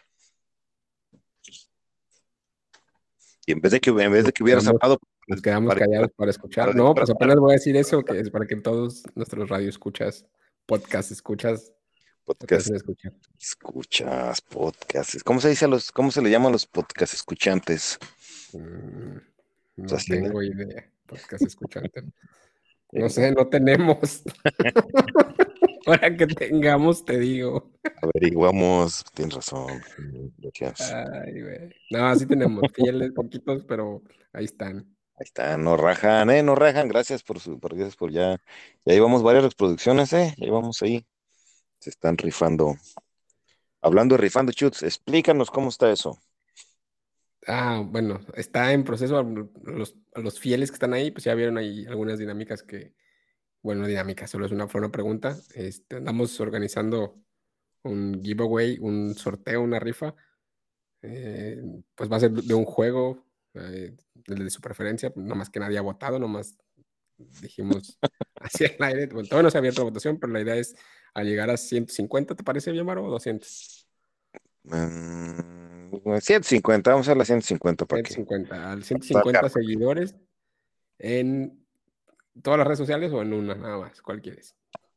Y en vez de que hubieras Quedamos, hablado nos quedamos para, callados para escuchar. para No, pues disfrazar apenas voy a decir eso, que es para que todos nuestros radio escuchas, podcast escuchas, podcast, alcancen a escuchar. escuchas, podcasts. ¿Cómo se le llaman a los podcast escuchantes? Mm, O sea, no sí, tengo idea, podcast escuchante. No chinga. sé, no tenemos. Ahora que tengamos, te digo. Averiguamos, tienes razón. Gracias. Ay, güey. No, sí tenemos fieles, poquitos, pero ahí están. Ahí está, no rajan, no rajan. Gracias por ya llevamos varias reproducciones, ya llevamos ahí. Se están rifando. Hablando de rifando, Chutes, explícanos cómo está eso. Bueno, está en proceso. A los fieles que están ahí, pues ya vieron ahí algunas dinámicas bueno, dinámicas, solo fue una pregunta. Andamos organizando un giveaway, un sorteo, una rifa. Pues va a ser de un juego, el de su preferencia, nomás que nadie ha votado, nomás dijimos hacia el aire. Bueno, todavía no se ha abierto la votación, pero la idea es al llegar a 150, ¿te parece bien, Maro? O 200. 150, vamos a las 150 para ciento que. cincuenta Al ciento Para cincuenta estar. seguidores en todas las redes sociales o en una, nada más. ¿Cuál quieres?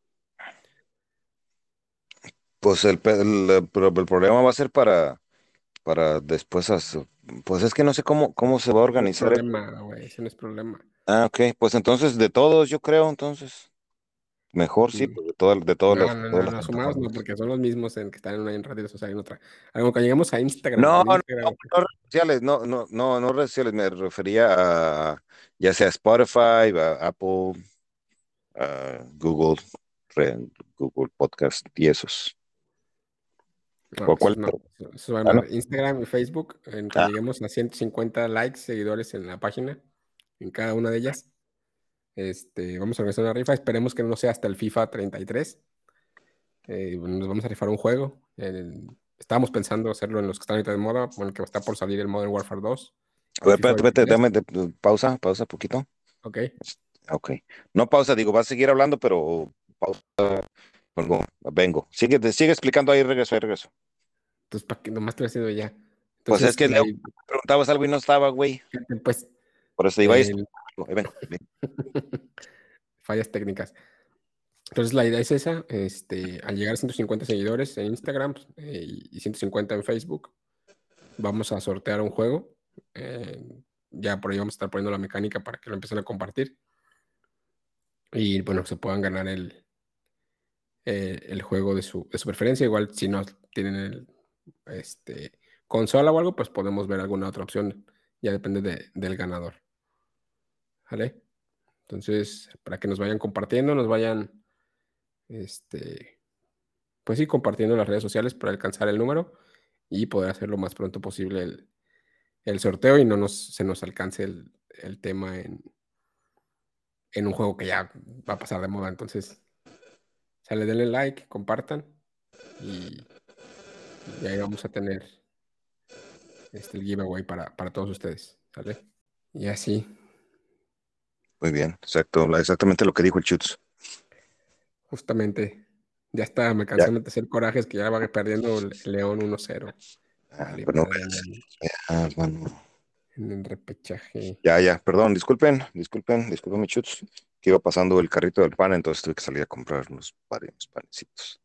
Pues pero el problema va a ser para después. Pues es que no sé cómo se va a No es organizar. problema, güey, ese no es problema. Ok, pues entonces de todos, yo creo, entonces. Mejor sí, Mm. pues de todas No, las, no, todas no, las no, sumados no, plataformas. porque son los mismos que están en una en redes sociales en otra. Cuando lleguemos a Instagram, No, en no, Instagram, no redes sociales, no redes sociales, me refería a ya sea Spotify, a Apple, a Google Podcast y esos. No, ¿O pues cuál? no, eso va a Ah, no. mandar Instagram y Facebook. Cuando Ah, lleguemos a 150 likes, seguidores en la página, en cada una de ellas, vamos a organizar una rifa. Esperemos que no sea hasta el FIFA 33. Nos vamos a rifar un juego. Estábamos pensando hacerlo en los que están ahorita de moda, bueno, que está por salir el Modern Warfare 2 a o el ver, FIFA espérate, espérate, 23. pausa poquito. Ok, Ok. No pausa, digo, vas a seguir hablando, pero pausa, vengo. Sigue explicando ahí, regreso, ahí regreso. entonces, ¿para qué nomás estoy haciendo ya? Pues es Entonces, que Leo, preguntabas algo y no estaba, güey. pues, Por eso iba a ir. el- Ven, ven. fallas técnicas. Entonces la idea es esa, al llegar a 150 seguidores en Instagram y 150 en Facebook, vamos a sortear un juego. eh, ya por ahí vamos a estar poniendo la mecánica para que lo empiecen a compartir y bueno, se puedan ganar el juego de su preferencia. Igual si no tienen consola o algo, pues podemos ver alguna otra opción. Ya depende del ganador. ¿Vale? Entonces, para que nos vayan compartiendo, nos vayan, pues sí, compartiendo en las redes sociales para alcanzar el número y poder hacer lo más pronto posible el sorteo y no se nos alcance el tema en un juego que ya va a pasar de moda. Entonces, sale, denle like, compartan y, y ahí vamos a tener el giveaway para todos ustedes. ¿Sale? Y así, Muy bien, exacto, exactamente lo que dijo el Chutz. justamente, ya está, me Ya, cansé de hacer corajes que ya va perdiendo el León 1-0. Vale, pero no, madre bueno. en el repechaje. Ya, perdón, disculpen, mi Chutz, que iba pasando el carrito del pan, entonces tuve que salir a comprar unos panecitos.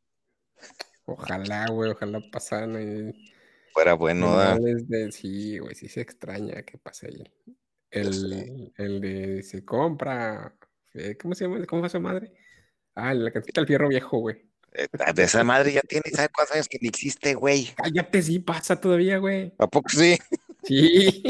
Ojalá, güey, ojalá pasaran ahí Fuera bueno, da, memales de... Sí, güey, sí se extraña que pase ahí. ya sé. El de se compra... ¿Cómo se llama? ¿Cómo fue su madre? Ah, la cantita del fierro viejo, güey. De esa madre ya tiene, ¿sabe cuántos años que ni existe, güey? Cállate, sí pasa todavía, güey. ¿A poco sí? Sí.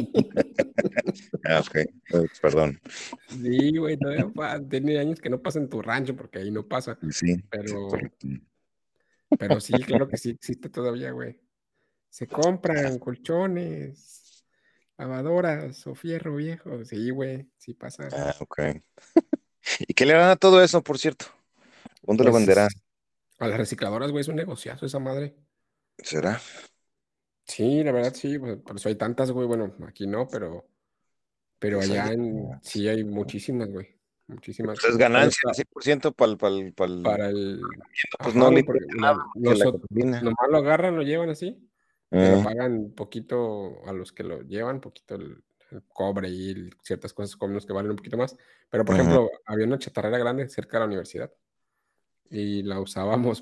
Ah, ok, perdón. Sí, güey, todavía tiene años que no pasa en tu rancho porque ahí no pasa. Sí, sí, Pero, correcto. pero sí, claro que sí existe todavía, güey. Se compran colchones, lavadoras o fierro viejo. Sí, güey, sí pasa. Ok. ¿Y qué le harán a todo eso, por cierto? ¿Dónde lo venderán? Pues a las recicladoras, güey, es un negociazo esa madre. ¿Será? Sí, la verdad sí, pues, por eso hay tantas, güey. Bueno, aquí no, pero Pues ahí, allá sí hay muchísimas, güey. Muchísimas. pues es Bueno, ganancia, 100% para el... pues Ajá, no le güey, porque implica nada que la gasolina. nomás lo agarran, lo llevan así, pero Mm, pagan poquito a los que lo llevan, poquito el cobre y ciertas cosas como los que valen un poquito más. Pero, por ujú. ejemplo, había una chatarrera grande cerca de la universidad y la usábamos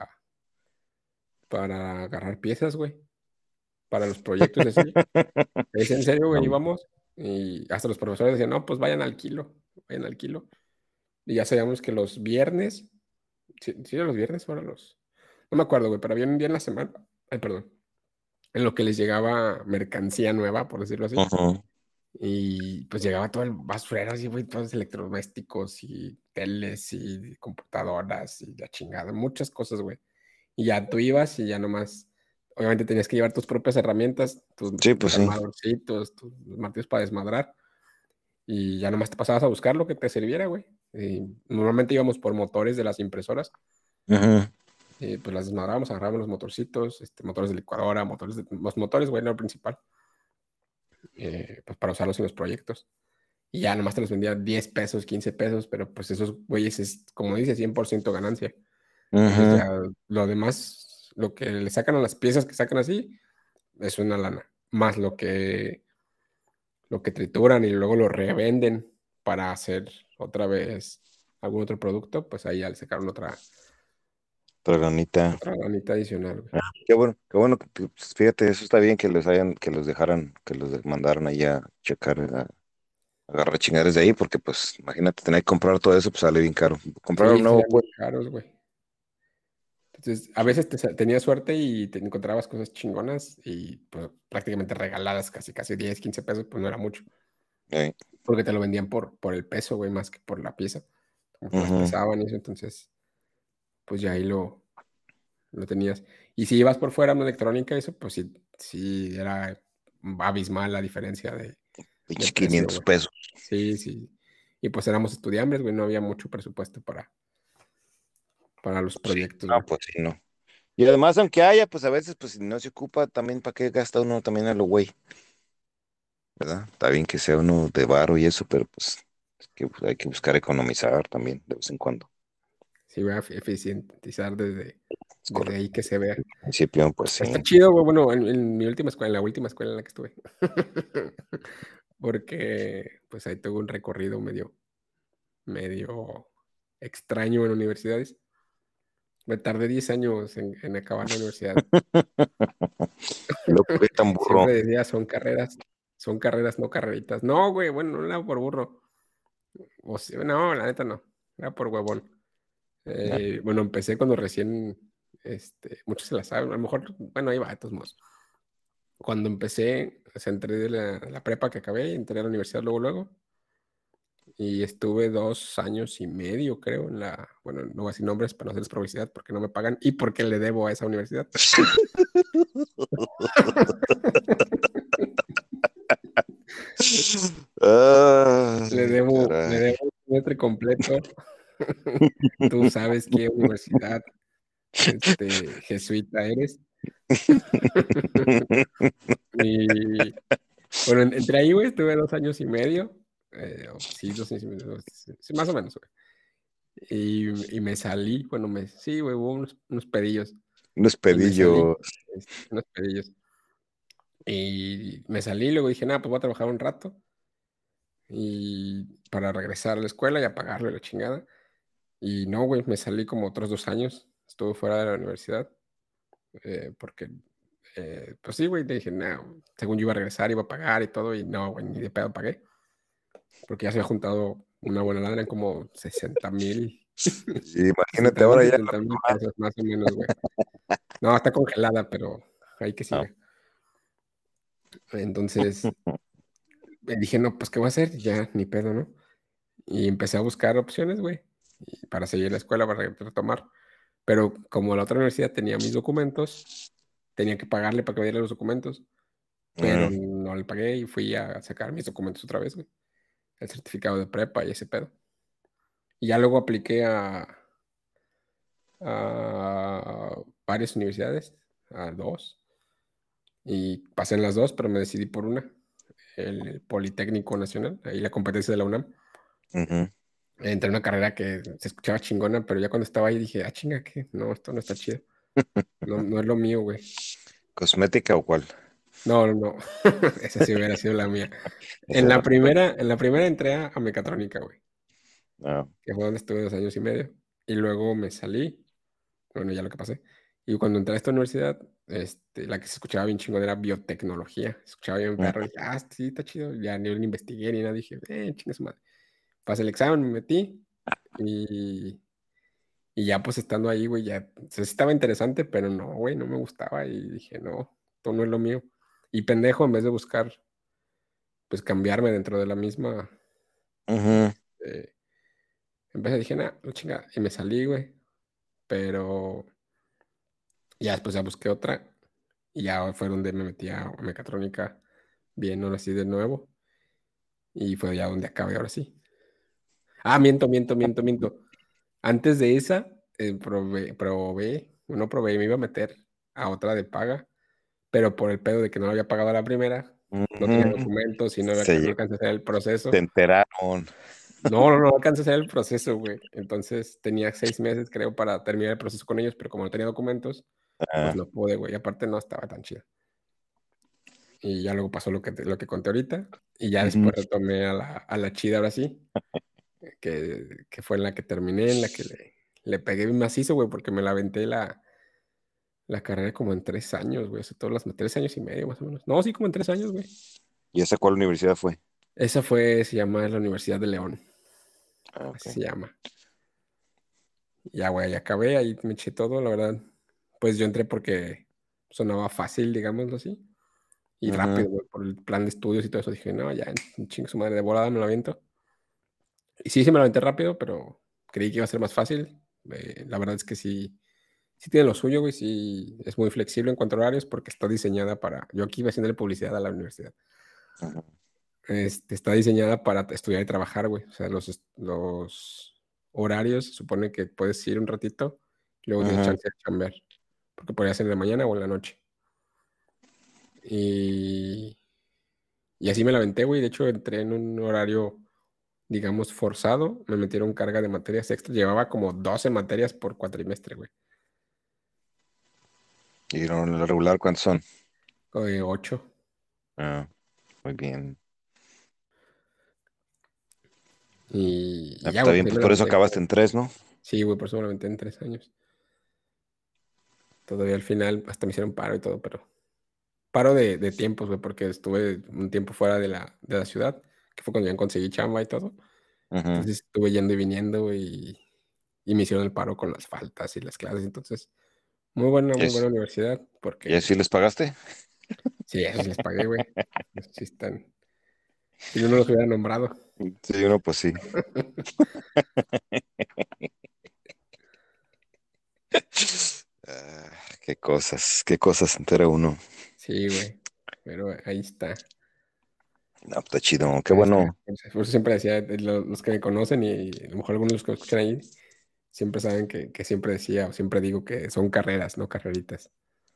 para agarrar piezas, güey, para los proyectos y así. Es en serio, güey, No. íbamos y hasta los profesores decían, no, pues vayan al kilo, vayan al kilo. Y ya sabíamos que los viernes, sí, eran los viernes o eran no me acuerdo, güey, pero había un día en la semana, ay, perdón, en lo que les llegaba mercancía nueva, por decirlo así. Ujú, Y pues llegaba todo el basurero así, güey, todos los electrodomésticos y teles y computadoras y la chingada, muchas cosas, güey. Y ya tú ibas y ya nomás, obviamente tenías que llevar tus propias herramientas, tus sí, pues sí. desarmadorcitos, tus martillos para desmadrar. Y ya nomás te pasabas a buscar lo que te sirviera, güey. Y normalmente íbamos por motores de las impresoras. Ujú, Pues las desmadrábamos, agarrábamos los motorcitos, motores de licuadora, los motores, güey, no lo principal, pues para usarlos en los proyectos. Y ya nomás te los vendía 10 pesos, 15 pesos, pero pues esos güeyes es, como dice, 100% ganancia. Entonces ujú. ya lo demás, lo que le sacan a las piezas que sacan así, es una lana. Más lo que trituran y luego lo revenden para hacer otra vez algún otro producto, pues ahí ya le sacaron Dragonita. otra lanita adicional, güey. Ah, qué bueno, pues, fíjate, eso está bien que que los dejaran, que los mandaran ahí a checar, a agarrar chingares de ahí, porque pues imagínate tener que comprar todo eso, pues sale bien caro. Comprar un Sí, nuevo, serían bien pues. caros, güey. Entonces, a veces tenías suerte y te encontrabas cosas chingonas y pues, prácticamente regaladas, casi, casi 10 15 pesos, pues no era mucho. eh, Porque te lo vendían por el peso, güey, más que por la pieza. Como que las ujú. pesaban y eso, entonces, pues ya ahí lo tenías. Y si ibas por fuera a una electrónica, eso, pues sí, sí era abismal la diferencia de Pinches precio, 500 güey. pesos. Sí, sí. Y pues éramos estudiantes, güey, no había mucho presupuesto para los proyectos, Ah, güey. pues sí, no. Y además, aunque haya, pues a veces, pues si no se ocupa, también para qué gasta uno también a lo güey, ¿verdad? Está bien que sea uno de varo y eso, pero pues es que pues, hay que buscar economizar también de vez en cuando. Sí, voy a eficientizar Es desde correcto. ahí que se vea. Al principio, pues sí. Está chido, güey. Bueno, en mi última escuela, en la última escuela en la que estuve. Porque, pues ahí tuve un recorrido medio extraño en universidades. Me tardé 10 años en acabar la universidad. Loco, qué tan burro. Siempre decía, son carreras, no carreritas. No, güey, bueno, no era por burro. No, la neta no. Era por huevón. Ah, Bueno, empecé cuando recién, muchos se la saben, a lo mejor, bueno, ahí va, de todos modos. Cuando empecé, o sea, entré de la prepa que acabé, entré a la universidad luego, y estuve 2 años y medio, creo, bueno, no voy a decir nombres para no hacerles publicidad porque no me pagan y porque le debo a esa universidad. Ay, Le caray. debo un semestre completo. Tú sabes qué universidad, jesuita eres. Y bueno, entré ahí, güey, estuve 2 años y medio. Sí, 2 años y medio, sí, sí, más o menos, güey. Y me salí, bueno, sí, güey, hubo unos pedillos. Unos Y me salí, pedillos. unos pedillos. Y me salí, luego dije, nada, pues voy a trabajar un rato. Y para regresar a la escuela y a pagarle la chingada. Y no, güey, me salí como otros 2 años. Estuve fuera de la universidad. Porque, pues sí, güey, le dije, no, según yo iba a regresar, iba a pagar y todo. Y no, güey, ni de pedo pagué. Porque ya se había juntado una buena lana, eran como 60,000, Sí, imagínate 60 mil, ahora ya. 70,000 pesos, más o menos, güey. No, está congelada, pero ahí que No. siga. Entonces, dije, no, pues, ¿qué voy a hacer? Ya, ni pedo, ¿no? Y empecé a buscar opciones, güey, para seguir la escuela, para retomar. Pero como la otra universidad tenía mis documentos, tenía que pagarle para que me diera los documentos, pero Mm, no le pagué y fui a sacar mis documentos otra vez, güey. El certificado de prepa y ese pedo. Y ya luego apliqué a varias universidades, a dos, y pasé en las dos, pero me decidí por una, el Politécnico Nacional, ahí la competencia de la UNAM. ujú. Entré en una carrera que se escuchaba chingona, pero ya cuando estaba ahí dije, ah, chinga, ¿qué? No, esto no está chido. No, no es lo mío, güey. ¿Cosmética o cuál? No, no, no. Esa sí hubiera sido la mía. Esa era. En la primera entré a mecatrónica, güey, Ah, que fue donde estuve 2 años y medio. Y luego me salí, bueno, ya lo que pasé. Y cuando entré a esta universidad, la que se escuchaba bien chingón era biotecnología. Se escuchaba bien mm, perro. Y dije, ah, sí, está chido. Ya ni lo investigué ni nada. Dije, chinga su madre. Pasé el examen, me metí. Y, y ya pues estando ahí, güey, ya, o sea, sí estaba interesante, pero no, güey, no me gustaba. Y dije, no, esto no es lo mío. Y pendejo, en vez de buscar, pues cambiarme dentro de la misma, ujú, eh, empecé, dije, nah, no chinga. Y me salí, güey. Pero ya después ya busqué otra. Y ya fue donde me metí a mecatrónica bien, ahora sí de nuevo. Y fue ya donde acabé ahora sí. Ah, miento. Antes de esa, no probé, me iba a meter a otra de paga, pero por el pedo de que no había pagado la primera, no tenía ujú. documentos y no Se, alcancé a hacer el se proceso. enteraron. No alcancé a hacer el proceso, güey. Entonces tenía 6 meses, creo, para terminar el proceso con ellos, pero como no tenía documentos, pues Ah, no pude, güey. Y aparte no estaba tan chido. Y ya luego pasó lo que conté ahorita. Y ya ujú, después retomé a la chida ahora sí, que fue en la que terminé, en la que le pegué macizo, güey, porque me la aventé la carrera como en 3 años, güey. O sea, todas las 3 años y medio, más o menos. No, sí, como en 3 años, güey. ¿y esa cuál universidad fue? Se llama la Universidad de León. Ah, Así ok. se llama. Ya, güey, ya acabé, ahí me eché todo, la verdad. Pues yo entré porque sonaba fácil, digámoslo así. Y Ujú, rápido, güey, por el plan de estudios y todo eso. Dije, no, ya, en chingo su madre, de volada me lo aviento. Y sí, me lo aventé rápido, pero creí que iba a ser más fácil. La verdad es que sí, sí tiene lo suyo, güey, sí es muy flexible en cuanto a horarios porque está diseñada para, yo aquí iba haciéndole publicidad a la universidad. Ujú, Está diseñada para estudiar y trabajar, güey. O sea, los horarios, se supone que puedes ir un ratito, y luego tienes ujú. chance de chambear, porque podría ser en la mañana o en la noche. Y, y así me la aventé, güey. De hecho, entré en un horario, digamos, forzado. Me metieron carga de materias extra. Llevaba como 12 materias por cuatrimestre, güey. ¿Y lo regular cuántos son? O de 8. Ah, muy bien. Y Ah, ya, está güey, bien, pues ahí pues me la por eso aventé. acabaste en 3, ¿no? Sí, güey, por eso me la aventé en 3 años. Todavía al final hasta me hicieron paro y todo, pero paro de tiempos, güey, porque estuve un tiempo fuera de la ciudad, que fue cuando ya conseguí chamba y todo. Ujú. Entonces estuve yendo y viniendo, güey, y me hicieron el paro con las faltas y las clases. Entonces, ¿Y muy es- buena universidad, y así porque les pagaste? sí, eso sí les pagué, güey. Eso sí están. Si no, no los hubiera nombrado. Sí, uno, pues sí. Ah, qué cosas se entera uno. Sí, güey. Pero ahí está. No, pues está chido, qué Ahí está. bueno. Por eso siempre decía, los que me conocen y a lo mejor algunos de los que me escuchan ahí, siempre saben que siempre decía o siempre digo que son carreras, no carreritas.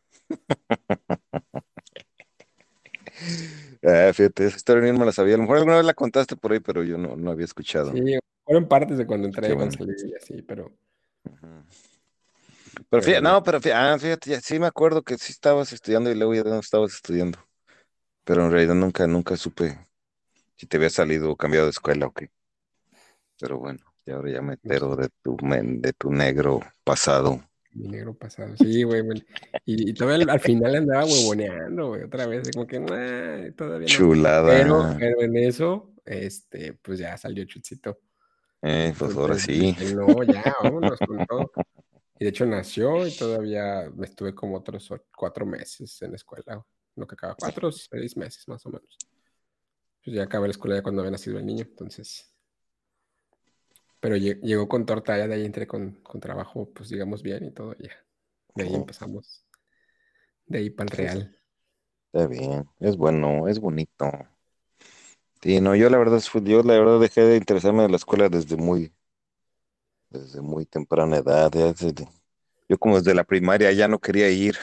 Fíjate, esa historia ni me la sabía. A lo mejor alguna vez la contaste por ahí, pero yo no había escuchado. Sí, fueron partes de cuando Qué entré, cuando bueno. salí y así, pero, Ujú. Pero pero fíjate, ya. no, pero fíjate, sí me acuerdo que sí estabas estudiando y luego ya no estabas estudiando. Pero en realidad nunca supe si te había salido o cambiado de escuela o qué. Pero bueno, y ahora ya me No sé, entero de tu negro pasado. mi negro pasado. Sí, güey, güey. Y todavía al final andaba huevoneando, güey, otra vez, como que, "Nah, todavía no". Pero, Chulada. pero en eso, pues ya salió Chuchito. Pues ahora Entonces sí. dije, no, ya, vámonos con todo. Y de hecho nació y todavía me estuve como otros 4 meses en la escuela, lo que acaba, 4 o 6 meses más o menos. Pues ya acabé la escuela ya cuando había nacido el niño, entonces. Pero llegó con torta, ya de ahí entré con trabajo, pues digamos bien y todo, ya. De ahí Oh, empezamos, de ahí para el pues, real. está bien, es bueno, es bonito. Sí, no, yo la verdad dejé de interesarme en la escuela desde muy temprana edad. Yo como desde la primaria ya no quería ir.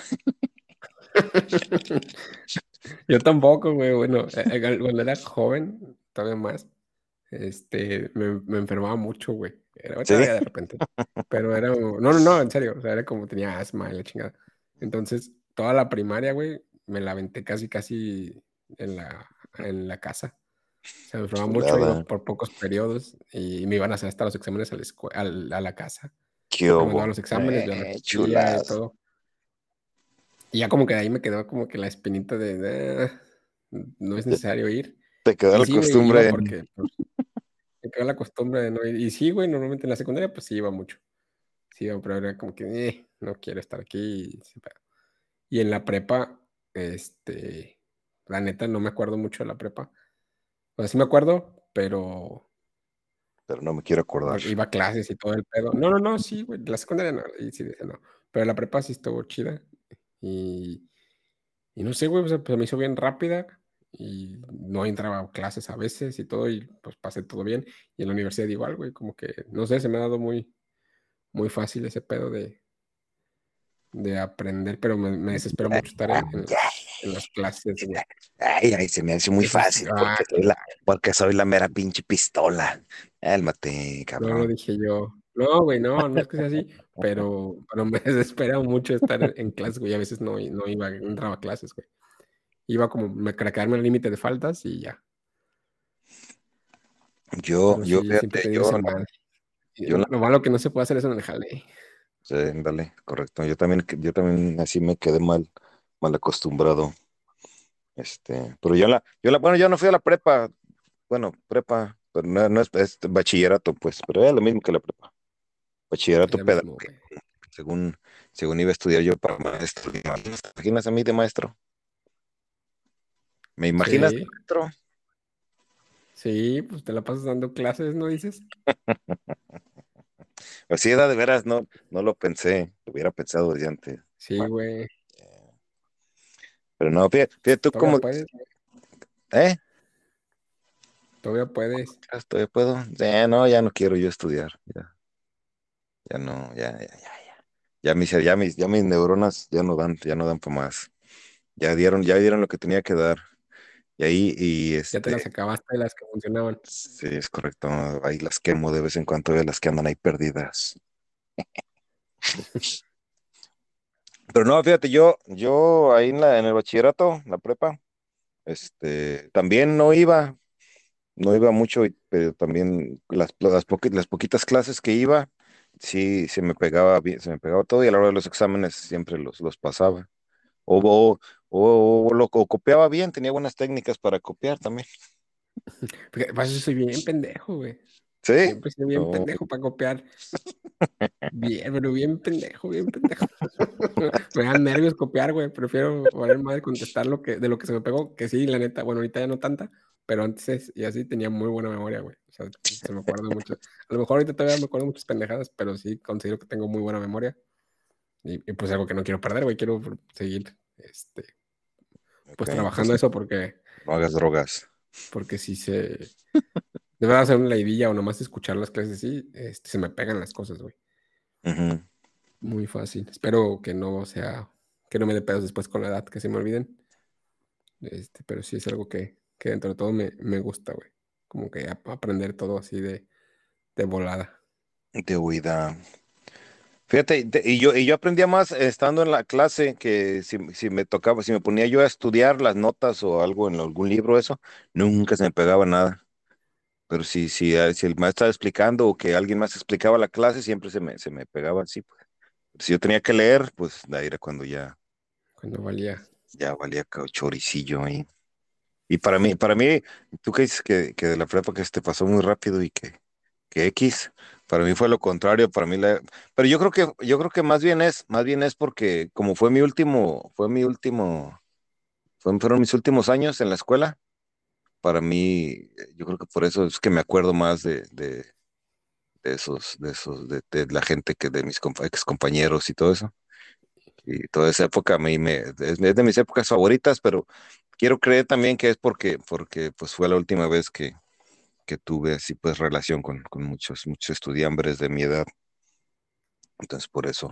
Yo tampoco, güey, bueno, cuando era joven, todavía más, me enfermaba mucho, güey. ¿Sí? Todavía de repente. Pero era, no, en serio, o sea, era como tenía asma y la chingada. Entonces, toda la primaria, güey, me la aventé casi en la casa. O sea, me enfermaba mucho, iba Chulada. por pocos periodos y me iban a hacer hasta los exámenes a la casa. ¿Qué Me mandaban hubo? los exámenes, yo repetía y Chulada. todo. Y ya como que de ahí me quedó como que la espinita de, no es necesario ir. Te quedó Y la sí, güey, iba costumbre. porque pues, me quedó la costumbre de no ir. Y sí, güey, normalmente en la secundaria pues sí iba mucho. Sí iba, pero era como que, no quiero estar aquí. Y, sí, y en la prepa, la neta no me acuerdo mucho de la prepa. O sea, sí me acuerdo, pero Pero no me quiero acordar. porque iba a clases y todo el pedo. No, no, no, sí, güey, la secundaria no, y sí dije no. Pero la prepa sí estuvo chida. Y, y no sé, güey, o sea, pues me hizo bien rápida y no entraba a clases a veces y todo, y pues pasé todo bien. Y en la universidad igual, güey, como que, no sé, se me ha dado muy, muy fácil ese pedo de aprender, pero me desespera mucho estar en las clases, güey. Ay, se me hace muy Eso es, fácil porque soy la mera pinche pistola. Cálmate, no lo cabrón. dije yo. No, güey, no, no es que sea así, pero me desespera mucho estar en clases, güey. A veces no iba, no entraba a clases, güey. Iba como para quedarme al límite de faltas y ya. Pero sí, siempre he Fíjate, tenido ese mal. Y yo, Lo, la- lo malo que no se puede hacer eso en el jale. sí, dale, correcto. Yo también así me quedé mal acostumbrado. Pero bueno, yo no fui a la prepa, bueno, prepa, pero no es bachillerato, pues, pero era lo mismo que la prepa. Es Bachillerato lo mismo, güey. pedagógico, según, según iba a estudiar yo para maestro. ¿Te imaginas a mí de maestro? ¿Me imaginas de Sí, maestro? sí, pues te la pasas dando clases, ¿no dices? Así era de veras, no lo pensé, lo hubiera pensado desde antes. Sí, güey. Pero no, fíjate tú Todavía cómo, puedes, ¿eh? todavía puedes. ¿Todavía puedo? No, ya no quiero yo estudiar, ya no, ya mis neuronas ya no dan para más. Ya dieron lo que tenía que dar. Y ahí, Ya te las acabaste de las que funcionaban. sí, es correcto, ahí las quemo de vez en cuando, de las que andan ahí perdidas. Pero no, fíjate, yo ahí en el bachillerato, la prepa, también no iba mucho, pero también las poquitas clases que iba, sí, se me pegaba bien, se me pegaba todo y a la hora de los exámenes siempre los pasaba. O, o, o copiaba bien, tenía buenas técnicas para copiar también. Porque para eso soy bien pendejo, güey. ¿Sí? Siempre he sido bien No, pendejo para copiar. Bien, pero bien pendejo, bien pendejo. Me dan nervios copiar, güey. Prefiero valer madre contestar de lo que se me pegó, que sí, la neta, bueno, ahorita ya no tanta, pero antes y así tenía muy buena memoria, güey. O sea, se me acuerda mucho. A lo mejor ahorita todavía me acuerdo muchas pendejadas, pero sí considero que tengo muy buena memoria. Y pues algo que no quiero perder, güey. Quiero seguir, ok, pues trabajando entonces eso porque, no hagas drogas. porque si se... De verdad hacer una leidilla o nomás escuchar las clases así, se me pegan las cosas, güey. Ujú. Muy fácil. Espero que no me dé pedos después con la edad, que se me olviden. Pero sí es algo que dentro de todo me gusta, güey. Como que aprender todo así de volada. De huida. Fíjate, y yo aprendía más estando en la clase que si me tocaba, si me ponía yo a estudiar las notas o algo en algún libro, eso, nunca se me pegaba nada. Pero si el maestro estaba explicando o que alguien más explicaba la clase, siempre se me pegaba así, pues. Si yo tenía que leer, pues de ahí era cuando Cuando valía. ya valía choricillo ahí. Y para mí, tú que dices que de la prepa que se te pasó muy rápido y que X, para mí fue lo contrario, pero yo creo que más bien es porque como fueron mis últimos años en la escuela, para mí, yo creo que por eso es que me acuerdo más de la gente que de mis ex compañeros y todo eso. Y toda esa época a mí es de mis épocas favoritas, pero quiero creer también que es porque pues fue la última vez que tuve así pues relación con muchos estudiambres de mi edad. Entonces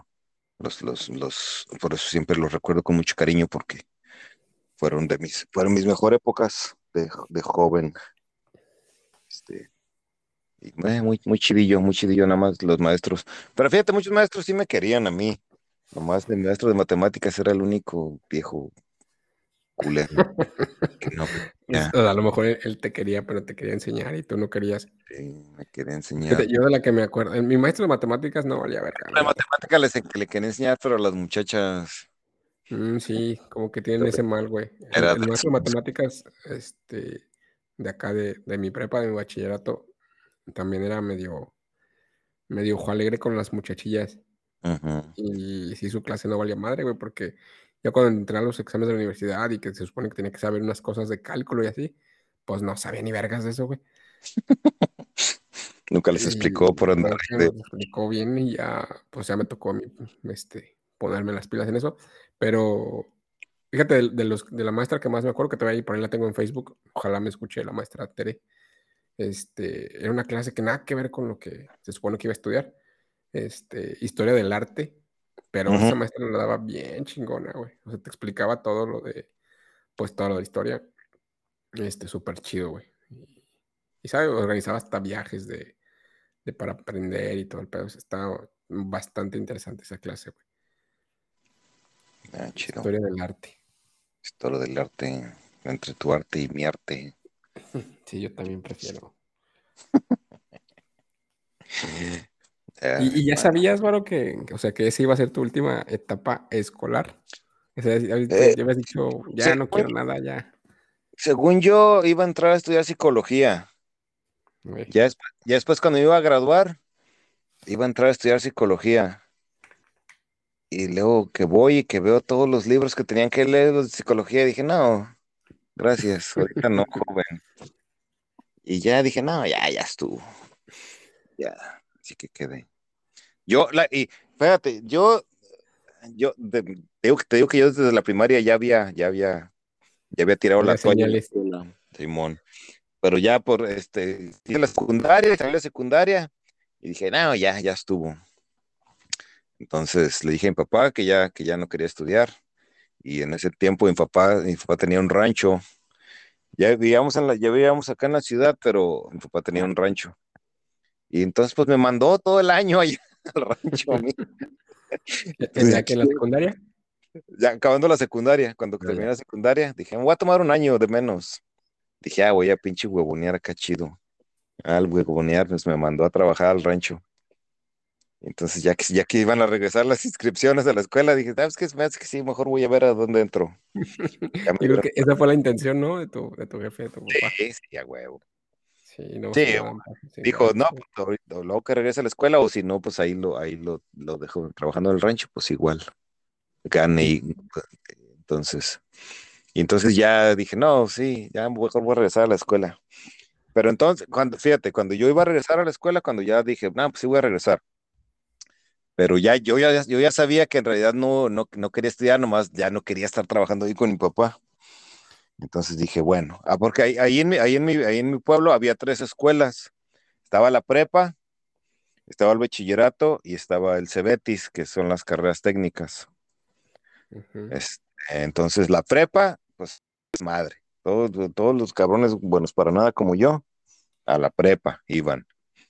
por eso siempre los recuerdo con mucho cariño porque fueron mis mejores épocas de joven. Este, y muy chidillo nada más los maestros. Pero fíjate, muchos maestros sí me querían a mí. Nomás el maestro de matemáticas era el único viejo culero que no me quería, O sea, a lo mejor él te quería, pero te quería enseñar y tú no querías. me quería enseñar. Fíjate, yo de la que me acuerdo, mi maestro de matemáticas no valía verga, la La neta. matemática le quería enseñar, pero a las muchachas Sí, como que tienen ese mal, güey. era El de maestro de esos. matemáticas, de acá de mi prepa, de mi bachillerato, también era medio ojo alegre con las muchachillas. Ujú. Y sí, su clase no valía madre, güey, porque ya cuando entré a los exámenes de la universidad y que se supone que tenía que saber unas cosas de cálculo y así, pues no sabía ni vergas de eso, güey. Nunca les explicó Y por andar nunca ahí de. nos explicó bien y ya, pues ya me tocó a mí, ponerme las pilas en eso. Pero fíjate, de la maestra que más me acuerdo, que todavía ahí por ahí la tengo en Facebook, ojalá me escuche la maestra Tere. Era una clase que nada que ver con lo que se supone que iba a estudiar, historia del arte, pero Ujú. esa maestra la daba bien chingona, güey. O sea, te explicaba todo pues todo lo de historia, súper chido, güey. ¿Sabe? Organizaba hasta viajes para aprender y todo el pedo. O sea, estaba bastante interesante esa clase, güey. Ah, chido. Historia del arte. Historia del arte, entre tu arte y mi arte. Sí, yo también prefiero. Ay, ¿Y ya man. sabías, Varo, o sea, que esa iba a ser tu última etapa escolar? O sea, Eh, ya habías dicho, ya no según, quiero nada, ya. según yo, iba a entrar a estudiar psicología. Güey. Ya después, cuando me iba a graduar, iba a entrar a estudiar psicología. Y luego que voy y que veo todos los libros que tenían que leer los de psicología, dije, no, gracias, ahorita no, joven. Y ya dije, no, ya estuvo, ya, así que quedé. Y fíjate, te digo que yo desde la primaria ya había tirado la Había toalla en la señales. escuela, Simón. Pero ya hice la secundaria, salí de la secundaria y dije, no, ya estuvo. Entonces le dije a mi papá que ya no quería estudiar. Y en ese tiempo mi papá tenía un rancho. Ya vivíamos acá en la ciudad, pero mi papá tenía un rancho. Y entonces pues me mandó todo el año allá al rancho a mí. ¿En Entonces, la que en la secundaria? ya acabando la secundaria, cuando Ah, terminé ya. la secundaria, dije, me voy a tomar un año de menos. Dije, voy a pinche huevonear acá chido. Al huevonear, pues me mandó a trabajar al rancho. Entonces, ya que iban a regresar las inscripciones a la escuela, dije, ¿sabes qué? Me hace que sí, mejor voy a ver a dónde entro. Ya me Yo creo dieron, que esa fue la intención, ¿no? De tu jefe, de tu papá. sí, a huevo. Sí, no, Sí, si no dan paso sin dijo, no, ganas. pues o luego que regrese a la escuela, o si no, pues lo dejo trabajando en el rancho, pues igual, gane Y, y entonces, y entonces ya dije, no, sí, ya mejor voy a regresar a la escuela. Pero entonces, fíjate, cuando yo iba a regresar a la escuela, cuando ya dije, no, pues sí voy a regresar, pero yo ya sabía que en realidad no quería estudiar, nomás ya no quería estar trabajando ahí con mi papá. Entonces dije, bueno, porque ahí en mi pueblo había tres escuelas. Estaba la prepa, estaba el bachillerato y estaba el Cebetis, que son las carreras técnicas. ujú. Entonces la prepa, pues es madre. Todos los cabrones buenos para nada como yo, a la prepa iban.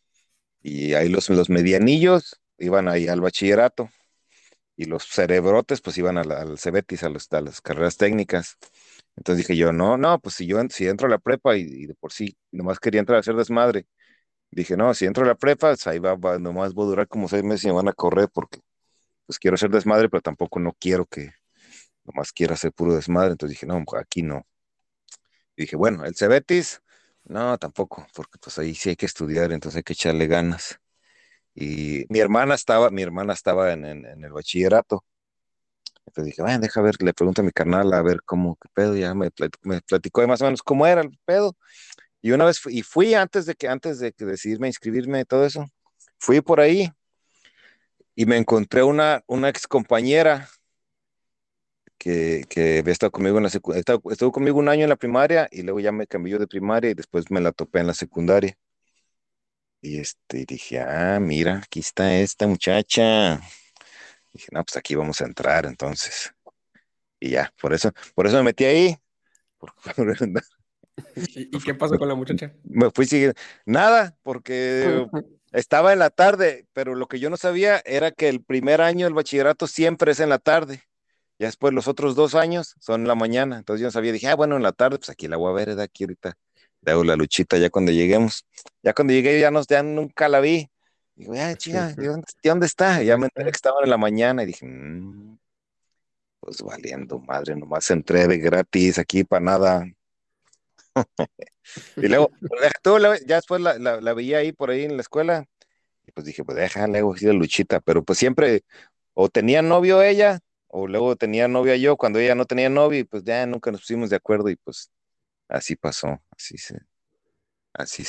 Y ahí los medianillos iban ahí al bachillerato. Y los cerebrotes pues iban al Cebetis, a las carreras técnicas. Entonces dije yo, no, pues si entro a la prepa y de por sí nomás quería entrar a hacer desmadre, dije, no, si entro a la prepa, pues ahí nomás voy a durar como 6 meses y me van a correr porque pues quiero hacer desmadre, pero tampoco no quiero que nomás quiera hacer puro desmadre. Entonces dije, no, pues, aquí no. Y dije, bueno, el Cebetis, no, tampoco, porque pues ahí sí hay que estudiar, entonces hay que echarle ganas. Y mi hermana estaba en el bachillerato. Entonces dije, bueno, deja ver, le pregunto a mi carnal a ver cómo, qué pedo, ya me platicó de más o menos cómo era el pedo. Y una vez fui antes de que decidirme a inscribirme y todo eso, fui por ahí y me encontré una ex compañera que había estado conmigo en la secundaria, estuvo conmigo un año en la primaria y luego ya me cambió de primaria y después me la topé en la secundaria. Y dije, mira, aquí está esta muchacha. Dije, no, pues aquí vamos a entrar entonces. Y ya, por eso me metí ahí. por- ¿Y qué pasó con la muchacha? Me fui siguiendo. Nada, porque estaba en la tarde, pero lo que yo no sabía era que el primer año del bachillerato siempre es en la tarde. Ya después los otros 2 años son en la mañana. Entonces yo no sabía, dije, bueno, en la tarde, pues aquí la voy a ver, ¿verdad? Aquí ahorita le hago la luchita ya cuando lleguemos. Ya cuando llegué ya nunca la vi. Digo, chica, ¿de dónde está? Y ya ¿Dónde me enteré que está? estaban en la mañana y dije, pues valiendo madre, nomás entré de gratis aquí para nada. Y luego, pero ya después la veía ahí por ahí en la escuela, y pues dije, pues déjale, hago así la luchita, pero pues siempre o tenía novio ella, o luego tenía novia yo, cuando ella no tenía novio, y pues ya nunca nos pusimos de acuerdo, y pues así pasó, así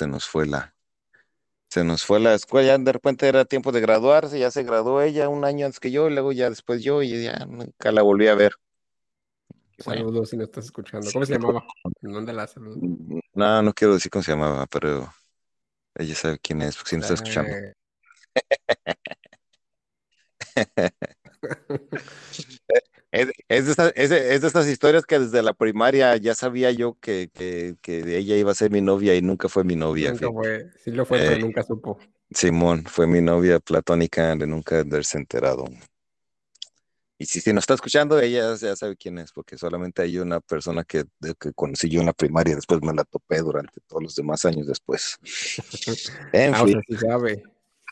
se nos fue la escuela, ya de repente era tiempo de graduarse, ya se graduó ella un año antes que yo, y luego ya después yo, y ya nunca la volví a ver. Y bueno, Saludos si no estás escuchando. ¿Cómo se llamaba? ¿Dónde la saludo? no quiero decir cómo se llamaba, pero ella sabe quién es, porque si no está escuchando. Ah. Es de estas historias que desde la primaria ya sabía yo que ella iba a ser mi novia y nunca fue mi novia, Nunca fíjate. fue, sí lo fue, Eh, pero nunca supo. Simón fue mi novia platónica de nunca haberse enterado. Y si no está escuchando, ella ya sabe quién es, porque solamente hay una persona que conocí yo en la primaria, después me la topé durante todos los demás años después. En O fin, sea, sí sabe.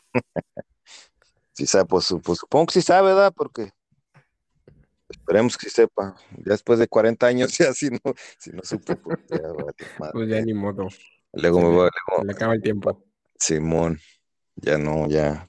si sabe, pues supongo que sí sabe, ¿verdad? Porque esperemos que sí sepa. Ya después de 40 años, ya si no supo, pues ya vale Pues ya madre. ni modo. Luego Se me le, voy, se le acaba el tiempo. Simón, ya no, ya.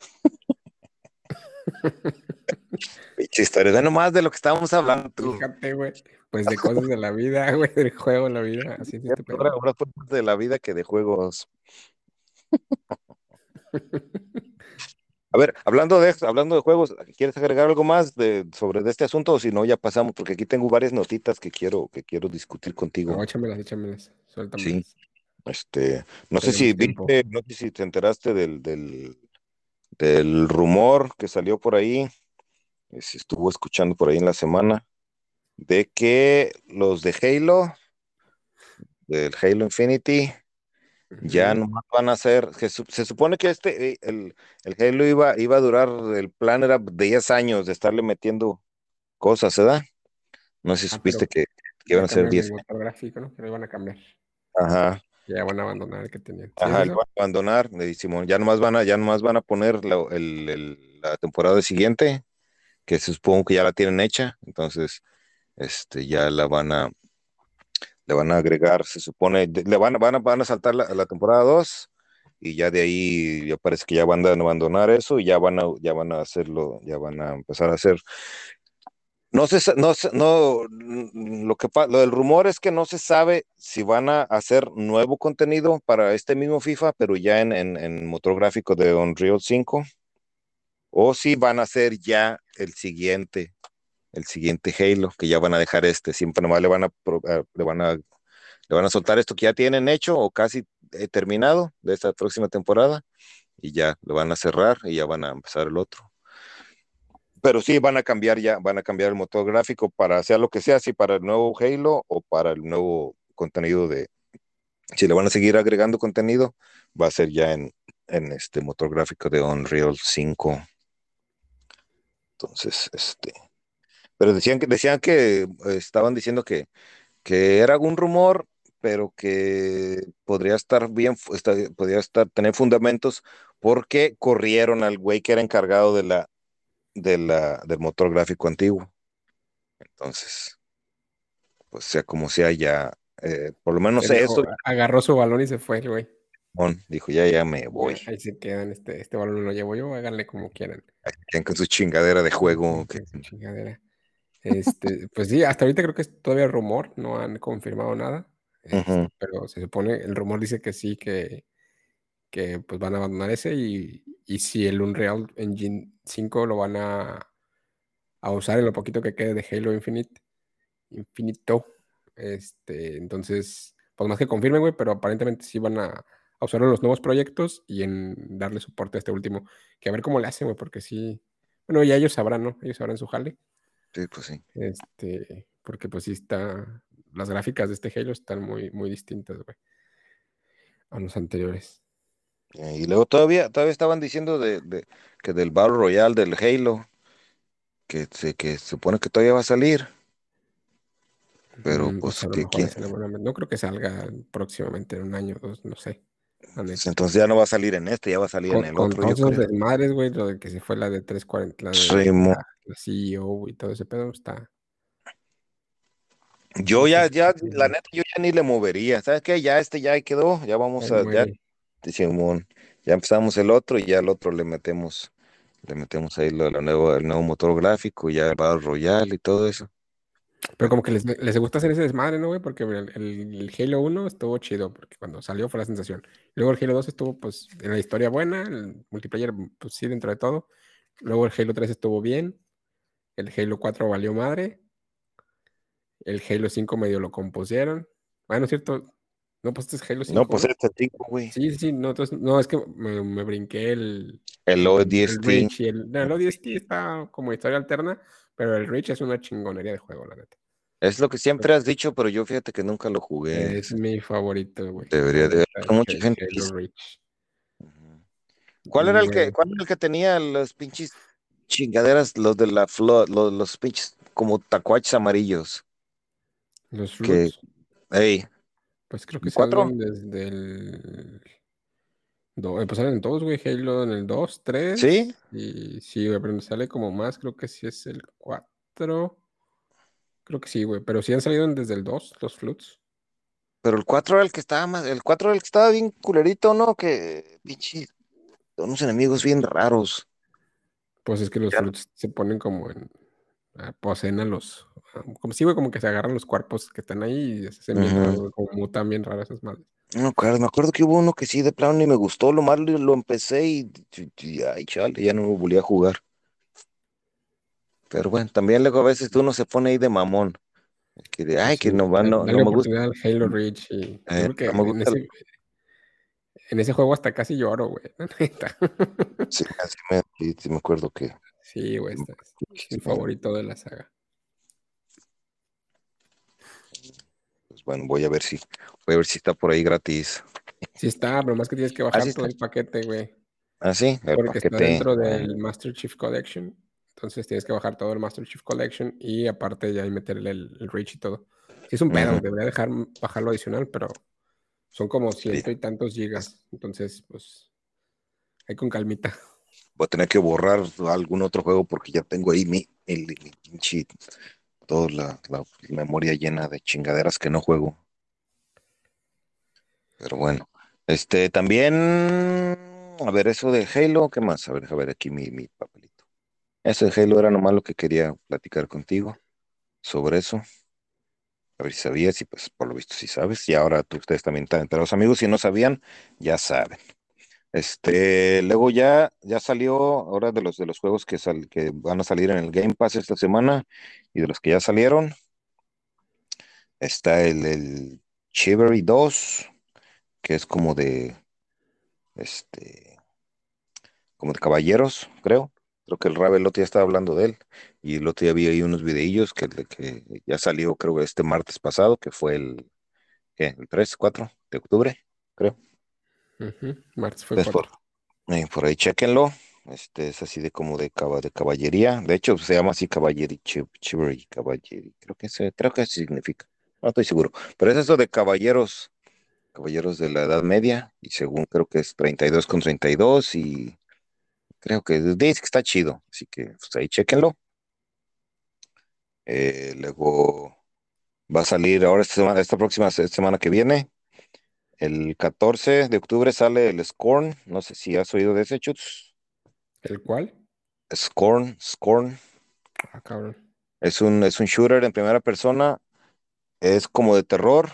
Pinche historia, ve nomás de lo que estábamos hablando tú. Fíjate, güey. Pues de cosas de la vida, güey, del juego de la vida. Así es este pedo. Ahora fue más de la vida que de juegos. A ver, hablando de juegos, ¿quieres agregar algo más sobre de este asunto o si no ya pasamos? Porque aquí tengo varias notitas que quiero discutir No, contigo. échamelas, Sí, suéltamelas. no sé si Tenemos tiempo. viste, no sé si te enteraste del rumor que salió por ahí, se estuvo escuchando por ahí en la semana, de que los de Halo, del Halo Infinity, ya Ujú. no van a ser, se supone que el Halo iba a durar, el plan era de 10 años de estarle metiendo cosas, ¿verdad? No sé si Ah, supiste pero que iban ya a ser cambiaron 10 el años. motor gráfico, ¿no? Que lo iban a cambiar. Ajá, Ya van a abandonar el que tenían. ¿Sí es ajá, lo eso? van a abandonar, y Simón, ya nomás van a poner la temporada siguiente, que se supongo que ya la tienen hecha, entonces ya le van a agregar, se supone, van a saltar la temporada 2 y ya de ahí ya parece que ya van a abandonar eso y ya van a hacerlo, ya van a empezar a hacer. No se, sa- no, se- no, lo del rumor es que no se sabe si van a hacer nuevo contenido para este mismo FIFA, pero ya en motor gráfico de Unreal 5, o si van a hacer ya el siguiente Halo, que ya van a dejar siempre nomás le van a soltar esto que ya tienen hecho o casi terminado de esta próxima temporada y ya lo van a cerrar y ya van a empezar el otro. Pero sí van a cambiar el motor gráfico para sea lo que sea, si para el nuevo Halo o para el nuevo contenido si le van a seguir agregando contenido, va a ser ya en este motor gráfico de Unreal 5. Entonces, pero decían que estaban diciendo que era algún rumor, pero que podría estar bien, tener fundamentos porque corrieron al güey que era encargado del motor gráfico antiguo. Entonces, pues sea como sea, ya, por lo Que menos dijo, eso, agarró su balón y se fue el güey. dijo, ya me voy. Ya, ahí se quedan, este balón lo llevo yo, háganle como quieran. Quedan con su chingadera de juego. Con su chingadera. Pues sí, hasta ahorita creo que es todavía rumor, no han confirmado nada. Ujú. Pero se supone, el rumor dice que sí, que pues van a abandonar ese y si el Unreal Engine 5 lo van a usar en lo poquito que quede de Halo Infinito. Entonces, pues más que confirmen, güey, pero aparentemente sí van a usarlo en los nuevos proyectos y en darle soporte a este último. Que a ver cómo le hacen, güey, porque sí. Bueno, ya ellos sabrán, ¿no? Ellos sabrán su jale. Sí, pues sí. Porque pues sí está. Las gráficas de este Halo están muy, muy distintas, güey, a los anteriores. Y luego todavía estaban diciendo que del Battle Royale del Halo, que se supone que todavía va a salir, pero Pues pues a lo mejor ahí sale buenamente. No creo que salga próximamente en un año o dos, no sé, la pues neta. entonces ya no va a salir en este, ya va a salir en el Con otro, yo todos esos creo. desmadres, güey, lo de que se fue la de 340, la de Sí. la CEO y todo ese pedo, Yo está, la neta, yo ya ni le movería. ¿Sabes qué? Ya ya quedó. Ya vamos ahí ya, muere. Simón, ya empezamos el otro y ya al otro le metemos ahí el nuevo motor gráfico, ya el Battle Royale y todo eso. Pero Para como que que, les gusta hacer ese desmadre, ¿no, güey? Porque mira, el Halo 1 estuvo chido, porque cuando salió fue la sensación. Luego el Halo 2 estuvo, pues, en la historia buena, el multiplayer, pues sí, dentro de todo. Luego el Halo 3 estuvo bien, el Halo 4 valió madre, el Halo 5 medio lo compusieron. Bueno, es cierto, no, pues este es Halo no, 5, pues ¿no? este tipo, güey. Sí, sí, sí, no, entonces, no, es que me brinqué El el ODST. Reach y no, el ODST está como historia alterna, pero el Reach es una chingonería de juego, la neta. Es lo que siempre has dicho, pero yo fíjate que nunca lo jugué. Es mi favorito, güey, la Debería de neta, haber mucha el gente. Halo Reach. Ujú. ¿Cuál era Y, el que, güey, cuál era el que tenía los pinches chingaderas, los de la flor, los pinches como tacuaches amarillos? los Que, Floods, hey, pues creo que ¿el 4? salen desde el... pues salen en todos, güey, Halo en el 2 ¿Sí? 3 y sí, güey, pero me sale como más, creo que sí es el 4. Creo que sí, güey, pero sí han salido desde el 2 los Floods. Pero el 4 era el que estaba más, el 4 era el que estaba bien culerito, ¿no? Que pinche, unos enemigos bien raros. Pues es que los Ya. Floods se ponen como poseen como sí, güey, como que se agarran los cuerpos que están ahí y se hacen bien raros, Ujú. güey, como mutan bien raras esas madres. No me acuerdo que hubo uno que sí, de plano ni me gustó, lo malo lo empecé y ay, chale, ya no lo volví a jugar. Pero bueno, también luego a veces uno se pone ahí de mamón, Pues ay, que sí, no, no, no dale me gusta, oportunidad al Halo Reach y yo creo que no me gusta, en ese juego hasta casi lloro, güey, la neta. sí, sí me acuerdo que, Sí, güey, es mi favorito de la saga. pues bueno, voy a ver si está por ahí gratis. Sí está, pero más que tienes que Ah, sí bajar todo está. el paquete, güey, Ah, sí, el porque está paquete. dentro del Master Chief Collection. Entonces tienes que bajar todo el Master Chief Collection y aparte ya ahí meterle el Reach y todo. Sí es un pedo, Ujú, güey, debería dejar bajarlo adicional, pero son como sí. ciento y tantos gigas. Entonces, pues, ahí con calmita. Voy a tener que borrar algún otro juego porque ya tengo ahí mi pinche, toda la memoria llena de chingaderas que no juego. Pero bueno, también, a ver, eso de Halo, ¿qué más? A ver aquí mi papelito. Eso de Halo era nomás lo que quería platicar contigo sobre eso. A ver si sabías y pues por lo visto sí sabes. Y ahora ustedes también están enterados, amigos. Si no sabían, ya saben. Luego ya salió ahora de los juegos que van a salir en el Game Pass esta semana y de los que ya salieron, está el Chivalry 2, que es este, como de caballeros, creo. Creo que el Ravel el otro día estaba hablando de él y el otro día vi ahí unos videillos que ya salió, creo que este martes pasado, que fue ¿qué? El 3 4 de octubre, creo. Ujú, martes fue Entonces, 4. por ahí chéquenlo. Es así de como de caballería. De hecho, se llama así chivalry, caballería. Creo que así significa. No estoy seguro. Pero es eso de caballeros de la Edad Media. Y según creo que es 32 con 32. Y creo que dice que está chido. Así que pues, ahí chéquenlo. Luego va a salir ahora esta próxima semana que viene. El 14 de octubre sale el Scorn. No sé si has oído de ese, Chutz. ¿El cual? Scorn. Ah, cabrón. Es un shooter en primera persona, es como de terror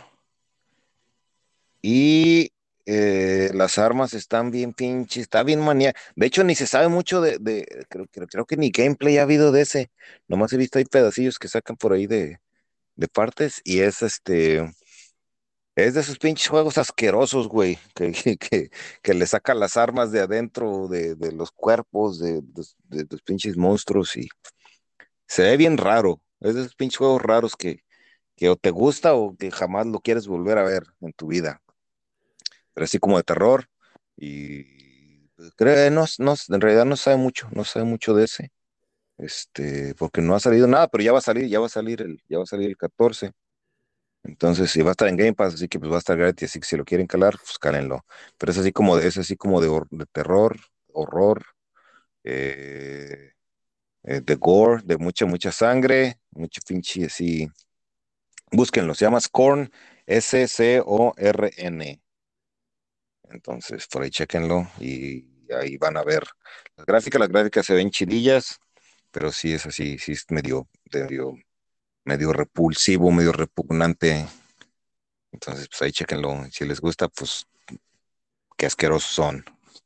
y las armas están bien pinches, está bien manía. De hecho, ni se sabe mucho creo que ni gameplay ha habido de ese. Nomás he visto ahí pedacillos que sacan por ahí de partes y es de esos pinches juegos asquerosos, güey, que le sacan las armas de adentro de los cuerpos de los pinches monstruos y se ve bien raro. Es de esos pinches juegos raros que o te gusta o que jamás lo quieres volver a ver en tu vida. Pero así como de terror. Y pues, creo, en realidad no sabe mucho de ese. Porque no ha salido nada, pero ya va a salir el 14. Entonces, sí va a estar en Game Pass, así que pues va a estar gratis, así que si lo quieren calar, pues cálenlo. Pero es así como de terror, horror, eh, de gore, de mucha sangre, mucho pinche así. Búsquenlo, se llama Scorn, Scorn. Entonces, por ahí chéquenlo y ahí van a ver las gráficas se ven chidillas, pero sí es así, sí es medio repulsivo, medio repugnante. Entonces, pues ahí chéquenlo. Si les gusta, pues qué asquerosos son.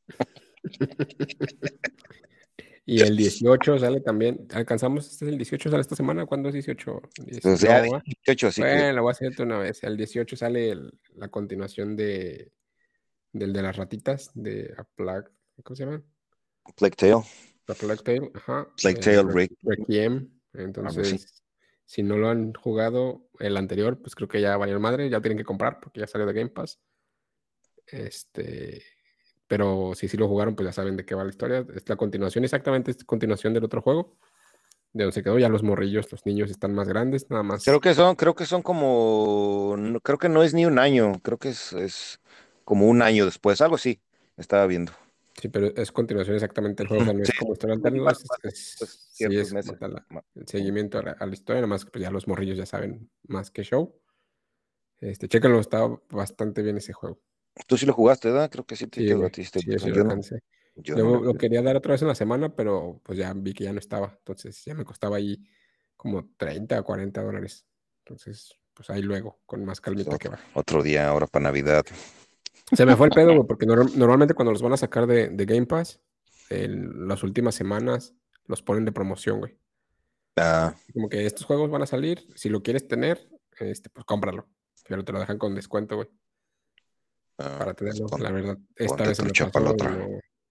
Y el 18 sale también. ¿Alcanzamos? Este es el 18, sale esta semana. ¿Cuándo es 18? O sea, No, ¿va? 18, así que Bueno, lo voy a hacer de una vez. El 18 sale la continuación del de las ratitas, de A Plague, ¿cómo se llama? Plague Tale, A Plague Tale, ajá, Plague Tale, Rick, Requiem. algo así. Entonces, si no lo han jugado el anterior, pues creo que ya valió madre, ya tienen que comprar porque ya salió de Game Pass. Este, pero si sí lo jugaron, pues ya saben de qué va la historia. Es la continuación, exactamente, es continuación del otro juego, de donde se quedó. Ya los morrillos, los niños están más grandes, nada más. Creo que son como, creo que no es ni un año, creo que es como un año después, algo así, estaba viendo. Sí, pero es continuación exactamente del juego, o Ujú, sea, no sí, es como historia pues, alterna, pues, sí ciertos es como meses. tal ma- el Ujú. seguimiento a la historia, nada más que pues ya los morrillos ya saben más que show. Chéquenlo, está bastante bien ese juego. Tú sí lo jugaste, ¿verdad? Creo que sí Sí, güey, a ti te sí, gustó. sí lo alcancé. Yo no Yo lo lo jugué. quería dar otra vez en la semana, pero pues ya vi que ya no estaba, entonces ya me costaba ahí como 30 a $40. Entonces, pues ahí luego, con más Pues calmita que baje. otro día, ahora para Navidad. Se me fue el pedo, güey, porque normalmente cuando los van a sacar de Game Pass, las últimas semanas los ponen de promoción, güey. Ah, Como que estos juegos van a salir, si lo quieres tener, pues cómpralo. Pero te lo dejan con descuento, güey, para pues tenerlo. La verdad, esta ponte vez se me trucha para la pasó otra.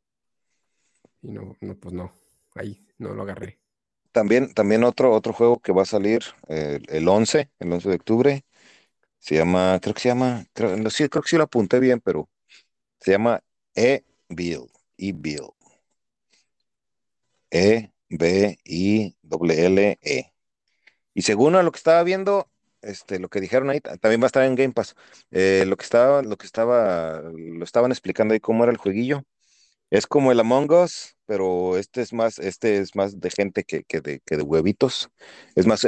pues no. Ahí no lo agarré. También otro juego que va a salir el 11 de octubre. Sí, creo que sí lo apunté bien, pero se llama E-Bill. E-Bill. E-B-I-L-L-E. Y según a lo que estaba viendo, lo que dijeron ahí, también va a estar en Game Pass. Lo estaban explicando ahí cómo era el jueguillo. Es como el Among Us, pero este es más de gente que de huevitos. Es más,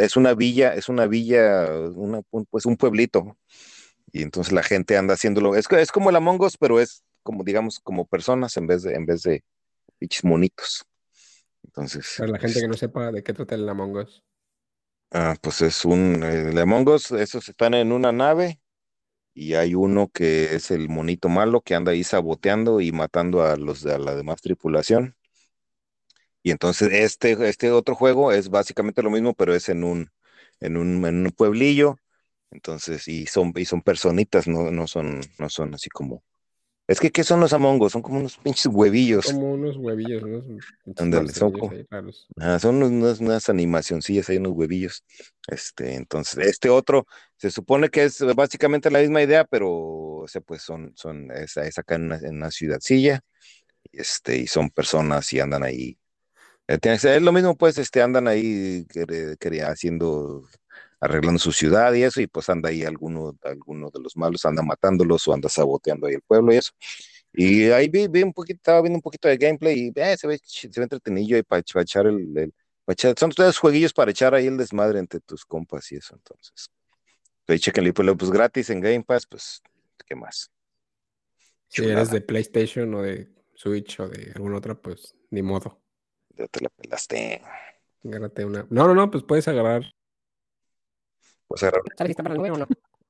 pues un pueblito. Y entonces la gente anda haciéndolo. Es como el Among Us, pero es como, digamos, como personas en vez de bichos monitos. Entonces, Para la gente que no sepa de qué trata el Among Us. pues el Among Us, esos están en una nave y hay uno que es el monito malo que anda ahí saboteando y matando a la demás tripulación. Y entonces este otro juego es básicamente lo mismo, pero es en un pueblillo. Entonces, y son personitas, no son así como. Es que, ¿qué son los Among Us? Son como unos pinches Son huevillos. como unos huevillos, unos pinches Ándale, marcianillos ahí raros. son unas animacioncillas, hay unos huevillos. Entonces, este otro se supone que es básicamente la misma idea, pero, o sea, pues es acá en una ciudadcilla, y son personas y andan ahí. Es lo mismo, pues, andan ahí arreglando su ciudad y eso, y pues anda ahí alguno de los malos, anda matándolos o anda saboteando ahí el pueblo y eso. Y ahí estaba viendo un poquito de gameplay y se ve entretenido y para echar son todos jueguillos para echar ahí el desmadre entre tus compas y eso, entonces. Ahí chequenle, pues gratis en Game Pass, pues, ¿qué más? Si eres Chulada, de PlayStation o de Switch o de alguna otra, pues ni modo. ya te la pelaste. Agárrate una. No, no, pues puedes agarrar. Pues agarrar. ¿Sabes si está para la nube o no?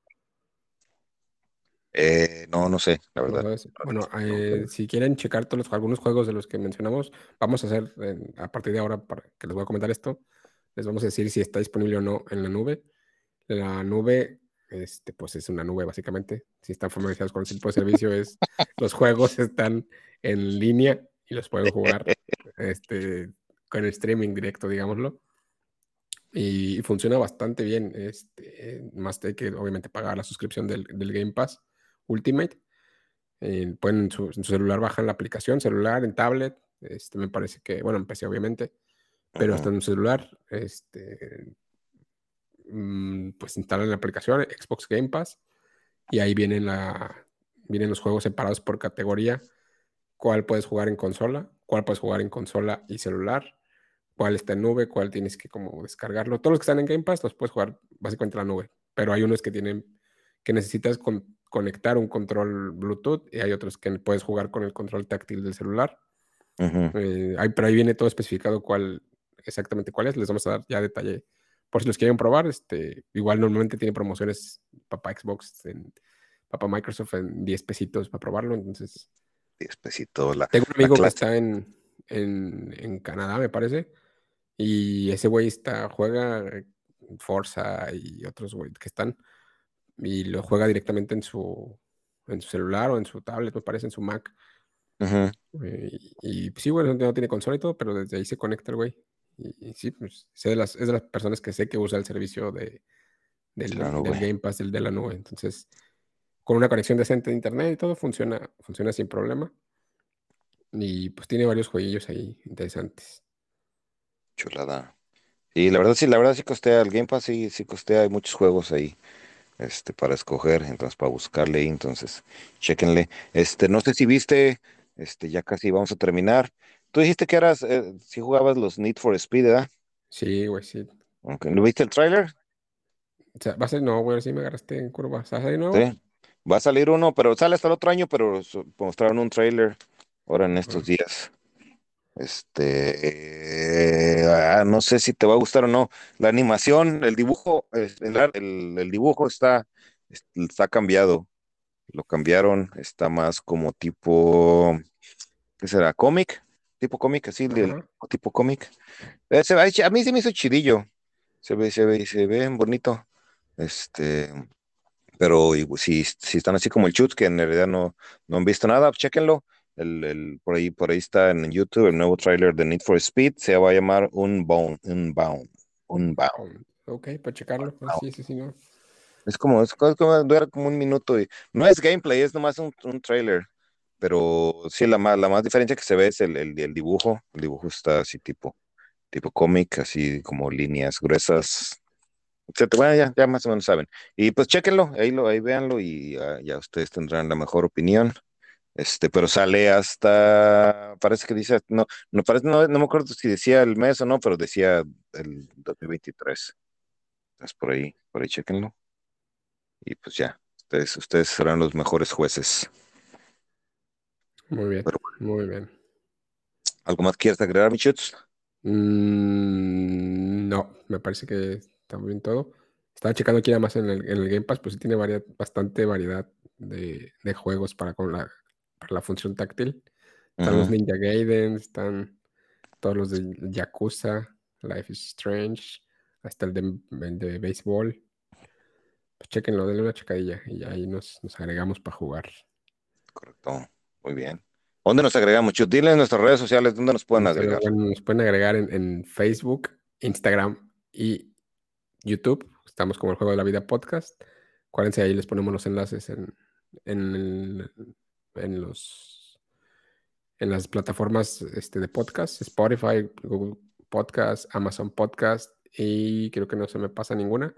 No, no sé, la No verdad. sabes. Bueno, Pregúntame. si quieren checar algunos juegos de los que mencionamos, vamos a hacer a partir de ahora, para que les voy a comentar esto, les vamos a decir si está disponible o no en la nube. La nube, pues es una nube básicamente. Si están familiarizados con ese tipo de servicio, los juegos están en línea y los pueden jugar con streaming directo, digámoslo. Y funciona bastante bien. Más hay que obviamente pagar la suscripción del Game Pass Ultimate. Pueden en su celular bajan la aplicación, celular, en tablet. Me parece que, bueno, en PC obviamente, pero hasta Ujú, en un celular, pues instalan la aplicación Xbox Game Pass y ahí vienen los juegos separados por categoría. ¿Cuál puedes jugar en consola? ¿Cuál puedes jugar en consola y celular? ¿Cuál está en nube? ¿Cuál tienes que como descargarlo? Todos los que están en Game Pass los puedes jugar básicamente en la nube, pero hay unos que necesitas conectar un control Bluetooth y hay otros que puedes jugar con el control táctil del celular. ujú. Pero ahí viene todo especificado exactamente cuál es. Les vamos a dar ya detalle por si los quieren probar. Igual normalmente tiene promociones papá Xbox, papá Microsoft en 10 pesitos para probarlo. Entonces, 10 pesitos, la, tengo un la amigo que clase. está en Canadá, me parece, y ese güey juega Forza y otros güey que están, y lo juega directamente en su celular o en su tablet, me parece, en su Mac. Ujú, Y pues, sí, bueno, no tiene consola y todo, pero desde ahí se conecta el güey. Y sí, pues es de las personas que sé que usa el servicio la del nube. Game Pass, del de la nube. Entonces, con una conexión decente de internet y todo, funciona sin problema. Y pues tiene varios jueguillos ahí interesantes. Chulada. Y la verdad sí costea, el Game Pass sí costea, hay muchos juegos ahí, para escoger, entonces para buscarle ahí, entonces, chéquenle. No sé si viste, ya casi vamos a terminar. Tú dijiste que si jugabas los Need for Speed, ¿verdad? Sí, güey, sí. Ok, ¿lo viste el tráiler? O sea, no, güey, sí me agarraste en curva. ¿Estás ahí nuevo? Sí. Va a salir uno, pero sale hasta el otro año, pero mostraron un tráiler ahora en estos Ah, días. No sé si te va a gustar o no. La animación, el dibujo, el dibujo está cambiado. Lo cambiaron, está más como tipo, ¿qué será? ¿Cómic? Tipo cómic, así, Ajá. tipo cómic. A mí se me hizo chidillo. Se ve bonito. Este, pero si están así como el Chut, que en realidad no han visto nada, pues chéquenlo. Por ahí está en YouTube el nuevo tráiler de Need for Speed. Se va a llamar Unbound. Ok, para checarlo. Pues sí, sí, sí, no. Dura como un minuto y no es gameplay, es nomás un trailer. Pero sí, la más diferencia que se ve es el dibujo. El dibujo está así tipo cómic, así como líneas gruesas. Bueno, ya más o menos saben. Y pues chéquenlo, ahí véanlo y ya ustedes tendrán la mejor opinión. Pero sale parece que dice, no me acuerdo si decía el mes o no, pero decía el 2023. Entonces por ahí chéquenlo. Y pues ya, ustedes serán los mejores jueces. Muy bien, Pero, muy bien. ¿algo más quieres agregar, Michutz? No, me parece que está muy bien todo. Estaba checando aquí nada más en el Game Pass, pues sí tiene bastante variedad de juegos para la función táctil. Están los Ujú, Ninja Gaiden, están todos los de Yakuza, Life is Strange, hasta el de béisbol. Pues chéquenlo, denle una checadilla y ya ahí nos agregamos para jugar. correcto, muy bien. ¿Dónde nos agregamos, Chut? Dile en nuestras redes sociales dónde nos pueden agregar. Bueno, nos pueden agregar en Facebook, Instagram y YouTube. Estamos como el Juego de la Vida Podcast. Acuérdense, ahí les ponemos los enlaces en, el- en los, en las plataformas de podcast, Spotify, Google Podcast, Amazon Podcast y creo que no se me pasa ninguna.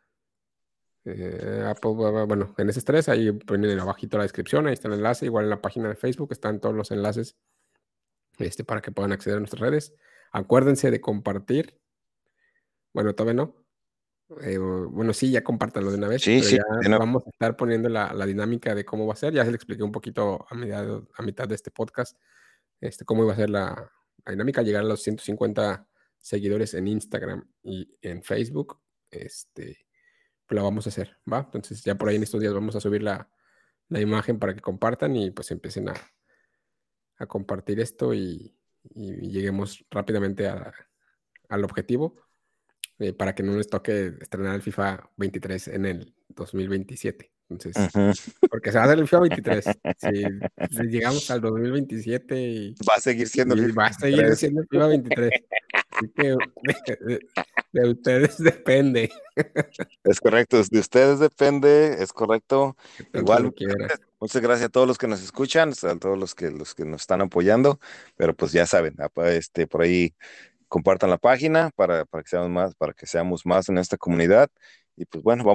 Apple, bueno, en esos tres, ahí ponen abajito la descripción, ahí está el enlace, igual en la página de Facebook están todos los enlaces para que puedan acceder a nuestras redes. Acuérdense de compartir, bueno, todavía no. Bueno, sí, ya compártanlo de una vez, Sí, pero sí, ya de nuevo. vamos a estar poniendo la dinámica de cómo va a ser. Ya se le expliqué un poquito a mitad de este podcast, cómo iba a ser la dinámica, llegar a los 150 seguidores en Instagram y en Facebook. Pues la vamos a hacer, ¿va? Entonces ya por ahí en estos días vamos a subir la imagen para que compartan y pues empiecen a compartir esto y lleguemos rápidamente al objetivo para que no les toque estrenar el FIFA 23 en el 2027. Entonces, Ujú. porque se va a hacer el FIFA 23. Si llegamos al 2027 Va a seguir siendo el y FIFA va a seguir 23. siendo el FIFA 23. Así que de ustedes depende Es correcto, de ustedes depende, es correcto. que tanto Igual, lo quieran. muchas gracias a todos los que nos escuchan, a todos los que nos están apoyando, pero pues ya saben, por ahí compartan la página para que seamos más en esta comunidad. Y pues bueno,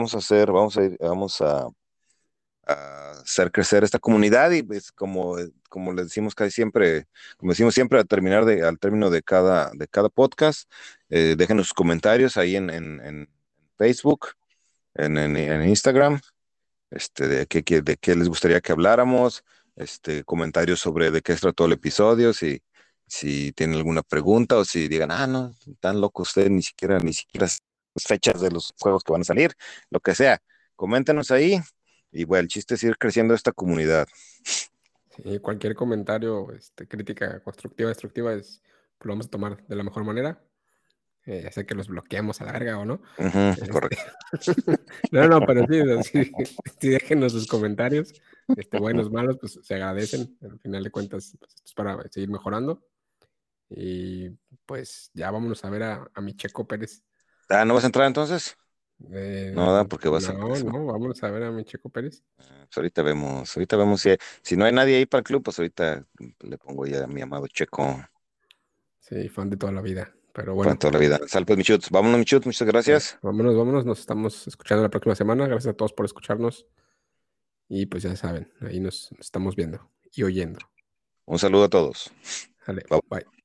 vamos a hacer crecer esta comunidad y pues como les decimos casi siempre, como decimos siempre al término de cada podcast, déjenos sus comentarios ahí en Facebook, en Instagram, de qué les gustaría que habláramos, comentarios sobre de qué se trató el episodio, si tienen alguna pregunta o si digan, no, están locos ustedes, ni siquiera las fechas de los juegos que van a salir, lo que sea, coméntenos ahí y bueno, el chiste es ir creciendo esta comunidad. Sí, cualquier comentario, crítica constructiva, destructiva, pues lo vamos a tomar de la mejor manera. Ya sé que los bloqueamos a la verga o no. Ujú, Este, correcto. no, no, pero sí, o sea, sí, sí, déjenos sus comentarios, buenos, malos, pues se agradecen. Al final de cuentas, pues, esto es para seguir mejorando. Y pues ya vámonos a ver a mi Checo Pérez. ¿No vas a entrar entonces? No, porque vas a No, no, vámonos a ver a mi Checo Pérez. pues ahorita vemos si no hay nadie ahí para el club, pues ahorita le pongo ya a mi amado Checo. Sí, fan de toda la vida. Pero Para bueno, toda la vida. Sal pues, Michut. Vámonos, Michut. Muchas gracias. vámonos, vámonos. Nos estamos escuchando la próxima semana. Gracias a todos por escucharnos. Y pues ya saben, ahí nos estamos viendo y oyendo. Un saludo a todos. Sale, Bye. bye.